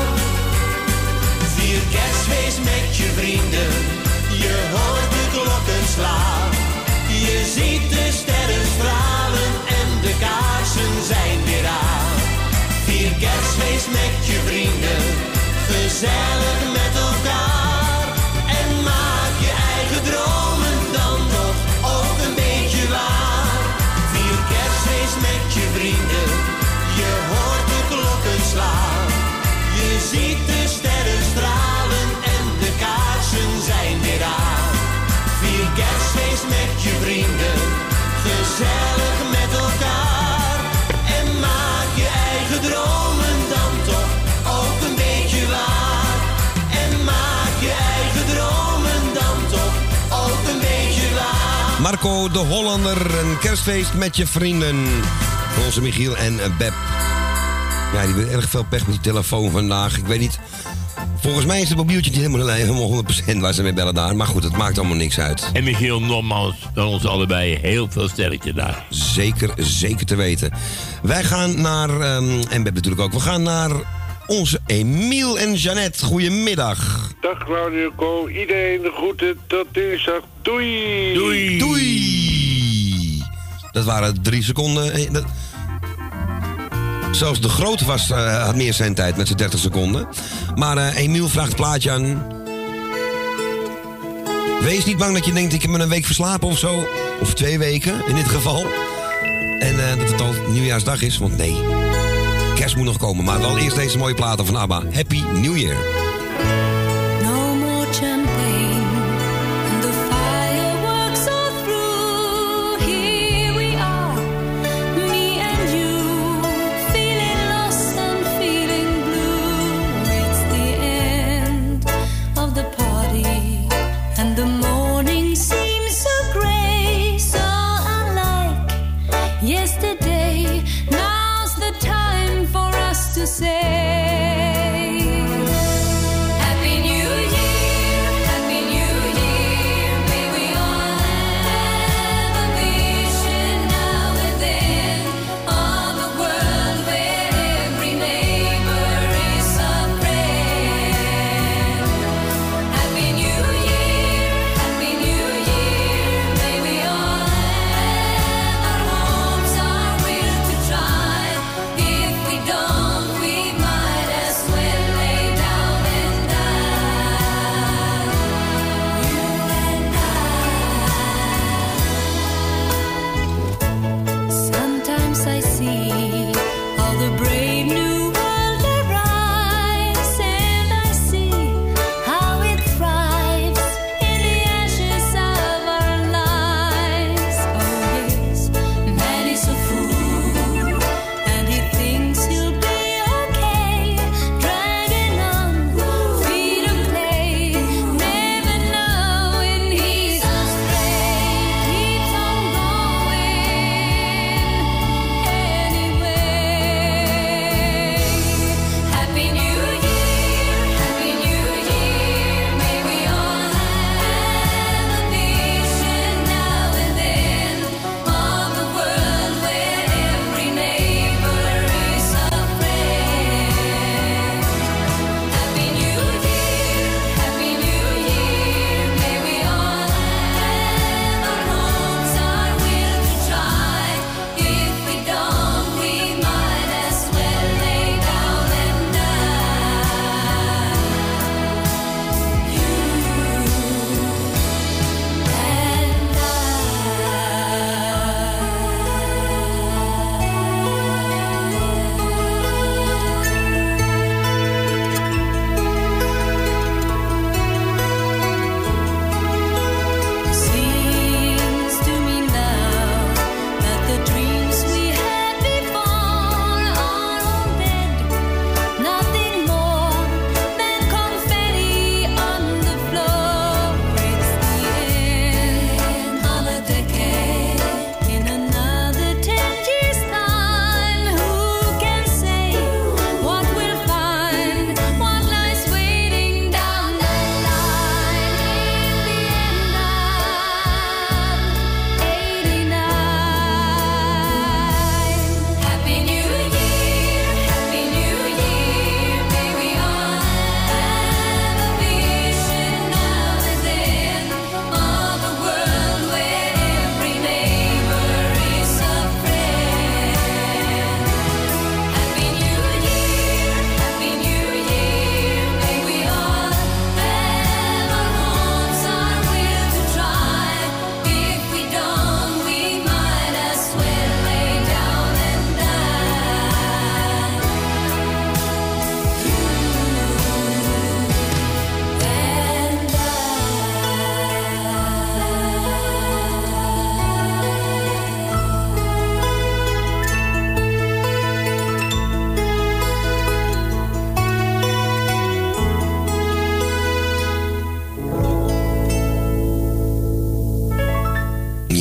Vier Kerstfeest met je vrienden, je hoort de klokken slaan. Je ziet de sterren stralen en de kaarsen zijn weer aan. Vier Kerstfeest met je vrienden, gezellig met elkaar. En maak je eigen dromen dan toch ook een beetje waar. Vier Kerstfeest met je vrienden, je hoort de klokken slaan. Je ziet de sterren stralen en de kaarsen zijn weer aan. Vier Kerstfeest met je vrienden, gezellig met elkaar. En maak je eigen dromen dan toch ook een beetje waar. En maak je eigen dromen dan toch ook een beetje waar. Marco de Hollander, een Kerstfeest met je vrienden. Onze Michiel en Beb. Ja, die hebben erg veel pech met die telefoon vandaag. Ik weet niet... Volgens mij is het mobieltje niet helemaal, helemaal honderd procent waar ze mee bellen daar. Maar goed, het maakt allemaal niks uit. En Michiel, nogmaals, van ons allebei heel veel sterkte daar. Zeker, zeker te weten. Wij gaan naar, um, en Beb natuurlijk ook, we gaan naar onze Emiel en Jeannette. Goedemiddag. Dag Claudio Co, iedereen de groeten, tot dinsdag. Doei! Doei! Doei! Dat waren drie seconden. Eh, dat... Zelfs de grote was, uh, had meer zijn tijd met zijn dertig seconden. Maar uh, Emiel vraagt het plaatje aan. Wees niet bang dat je denkt, ik heb me een week verslapen of zo. Of twee weken, in dit geval. En uh, dat het al nieuwjaarsdag is, want nee. Kerst moet nog komen, maar wel eerst deze mooie platen van ABBA. Happy New Year. No more champagne and the fireworks are through. Here we are, me and you, feeling lost and feeling blue. It's the end of the party and the morning seems so grey, so unlike yesterday. Now's the time for us to say Happy New Year, Happy New Year. May we all have a vision now and then of a world where every neighbor is a friend. Happy New Year, Happy New Year. May we all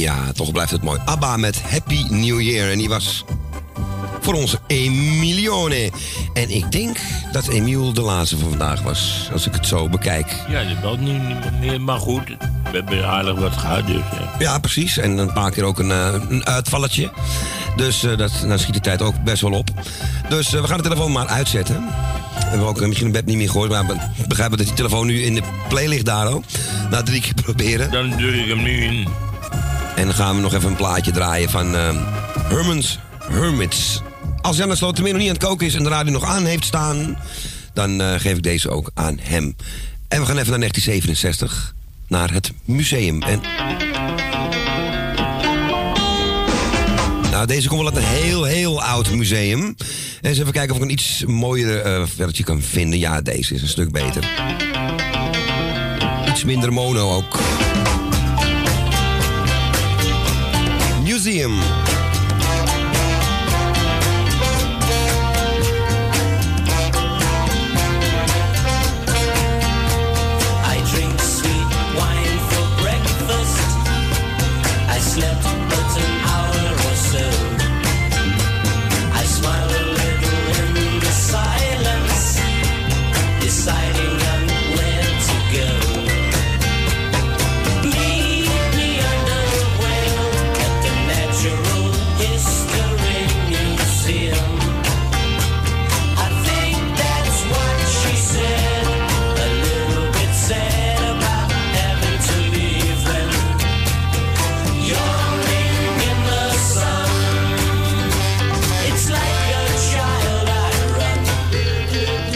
Ja, toch blijft het mooi. ABBA met Happy New Year. En die was voor onze Emilione. En ik denk dat Emiel de laatste van vandaag was, als ik het zo bekijk. Ja, dat belt nu niet meer, maar goed. We hebben aardig wat gehad, dus. Hè. Ja, precies. En een paar keer ook een, uh, een uitvalletje. Dus uh, dat, dan schiet de tijd ook best wel op. Dus uh, we gaan de telefoon maar uitzetten. We hebben ook uh, misschien een bed niet meer gehoord, maar we begrijpen dat die telefoon nu in de play ligt daar ook. Na drie keer proberen. Dan druk ik hem nu in. En dan gaan we nog even een plaatje draaien van uh, Herman's Hermits. Als Jan Slotermeer nog niet aan het koken is en de radio nog aan heeft staan, dan uh, geef ik deze ook aan hem. En we gaan even naar negentien zevenenzestig, naar het museum. En nou, deze komt wel uit een heel, heel oud museum. En eens even kijken of ik een iets mooiere uh, versie kan vinden. Ja, deze is een stuk beter. Iets minder mono ook. Museum. I drink sweet wine for breakfast. I slept but an hour or so. I smile a little in the silence, deciding on where to go. Meet me under the whale at the Natural History Museum. I think that's what she said. A little bit sad about having to leave them. Yawning in the sun. It's like a child I run. Don't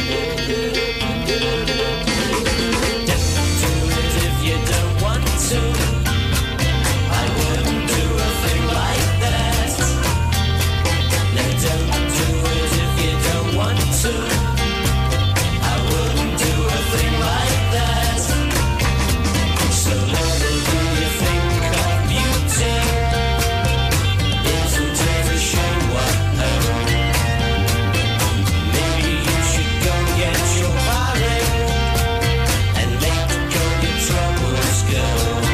do it if you don't want to. I wouldn't do a thing like that. No, don't do it if you don't want to. I wouldn't do a thing like that. So little do you think of beauty. Isn't it a shame what oh? Maybe you should go get your wiring and let go your troubles go.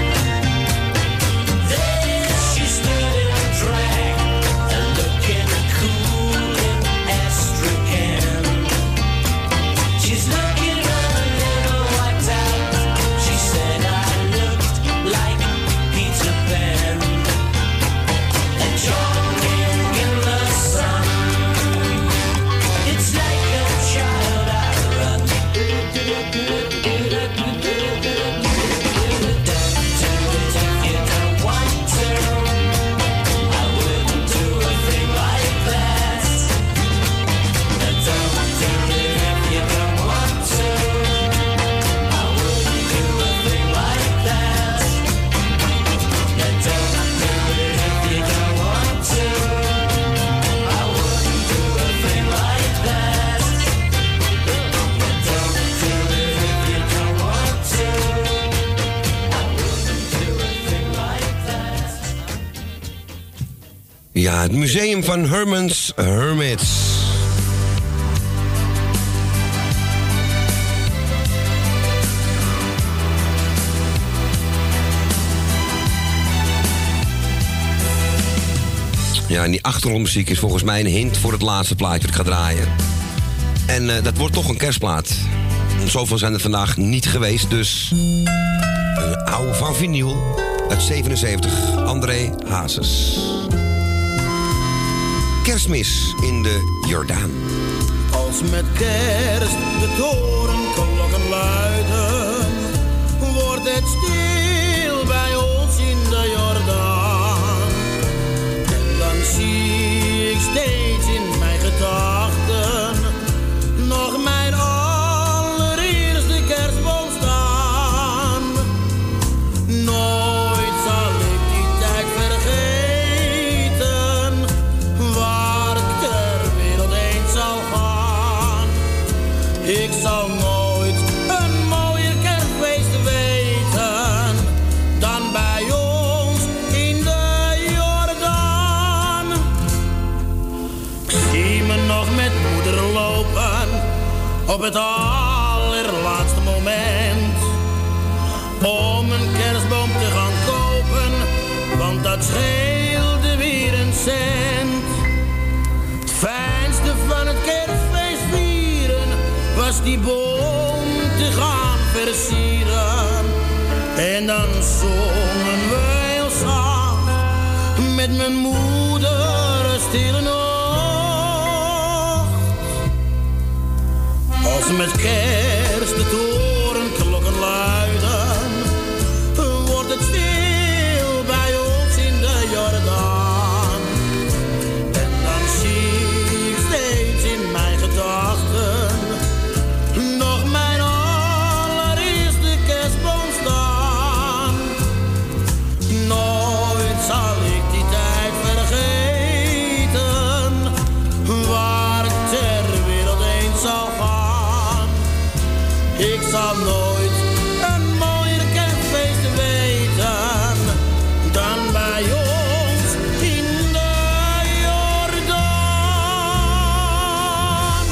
There she stood in a drag, and looking cool in Astrakhan. She's looking a little wiped out. She said I looked like Peter Pan, and yawning in the sun. It's like a child I run. Don't do it if you don't want to. I wouldn't do a thing like that. No, don't do it if you don't want to. I wouldn't do a thing like that. No, don't do it if you don't want to. I wouldn't do a thing like that. No, don't do it if you don't want to. I wouldn't do a thing like that. Ja, het museum van Herman's Hermits. Ja, en die achtergrondmuziek is volgens mij een hint voor het laatste plaatje dat ik ga draaien. En uh, dat wordt toch een kerstplaat. Zoveel zijn er vandaag niet geweest, dus een oude van vinyl uit zevenenzeventig, André Hazes. Kerstmis in de Jordaan. Als met kerst de torenklokken luiden, wordt het stil bij ons in de Jordaan. En dan zie ik steeds in mijn gedachten nog mijn allereerste kerstboom staan. Nooit zal ik die tijd vergeten, waar ik ter wereld heen zal gaan. Ik zal nooit een mooier kerstfeest weten dan bij ons in de Jordaan. Ik zie me nog met moeder lopen op het allerlaatste moment om een kerstboom te gaan kopen, want dat scheelde weer een cent. Het fijnste van het kerstfeest vieren was die boom te gaan versieren. En dan zongen wij heel zacht met mijn moeder stille nacht. Als met kerst de torenklokken luiden, wordt het stil bij ons in de Jordaan. En dan zie ik steeds in mijn gedachten nog mijn allereerste kerstboom staan. Nooit zal ik die tijd vergeten, waar ik ter wereld heen zal gaan. Ik zal nooit een mooier kerstfeest weten dan bij ons in de Jordaan.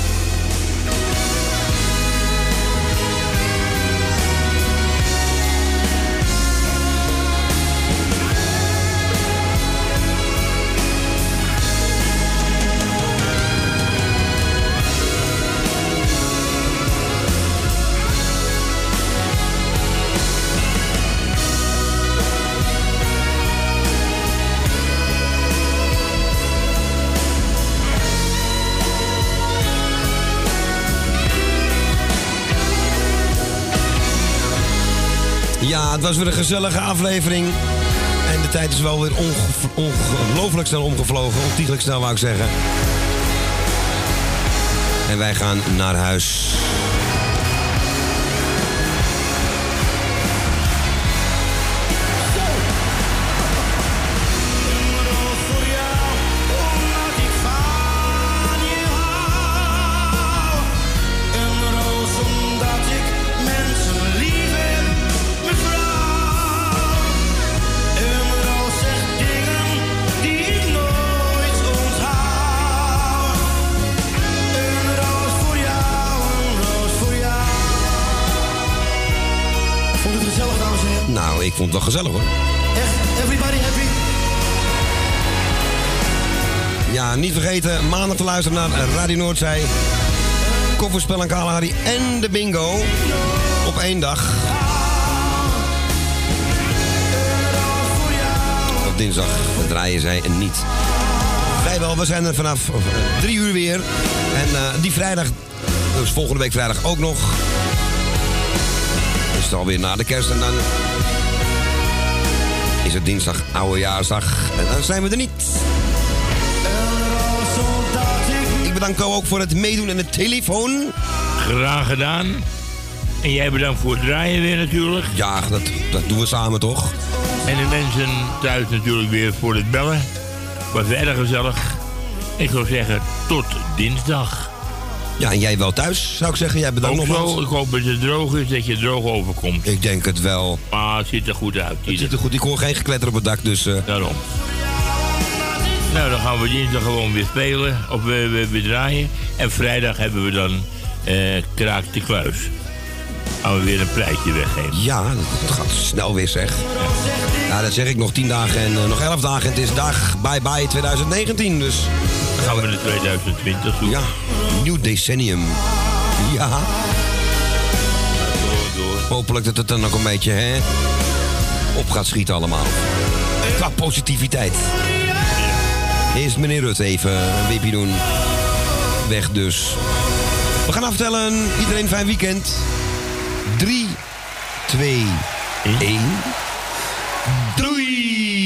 Ja, het was weer een gezellige aflevering. En de tijd is wel weer onge- ongelooflijk snel omgevlogen. Ontiegelijk snel, wou ik zeggen. En wij gaan naar huis. Nou, ik vond het wel gezellig hoor. Echt, everybody happy? Ja, niet vergeten, maandag te luisteren naar Radio Noordzee. Kofferspel en Kalahari en de bingo. Op één dag. Op dinsdag draaien zij niet. Vrijwel, we zijn er vanaf drie uur weer. En uh, die vrijdag, dus volgende week vrijdag ook nog. Is het alweer na de kerst en dan is het dinsdag oudejaarsdag en dan zijn we er niet. Ik bedank jou ook voor het meedoen en de telefoon. Graag gedaan. En jij bedankt voor het draaien weer natuurlijk. Ja, dat, dat doen we samen toch. En de mensen thuis natuurlijk weer voor het bellen. Was weer erg gezellig. Ik zou zeggen, tot dinsdag. Ja, en jij wel thuis, zou ik zeggen. Jij bedankt ook nogmaals. zo, ik hoop dat het droog is, dat je droog overkomt. Ik denk het wel. Maar het ziet er goed uit. Het ziet er goed. Ik hoor geen gekletter op het dak, dus... Uh... Daarom. Nou, dan gaan we dinsdag gewoon weer spelen. Of we, we, we draaien. En vrijdag hebben we dan uh, Kraak de Kluis. Gaan we weer een prijsje weggeven. Ja, dat gaat snel weer zeg. Ja, ja dat zeg ik nog tien dagen en uh, nog elf dagen. En het is dag bye bye twintig negentien, dus... Dan gaan we naar twintig twintig doen. Ja, nieuw decennium. Ja. Door, door. Hopelijk dat het dan ook een beetje hè, op gaat schieten allemaal. Qua positiviteit. Eerst meneer Rutte even een wipje doen. Weg dus. We gaan aftellen. Iedereen fijn weekend. drie, twee, één. Doei!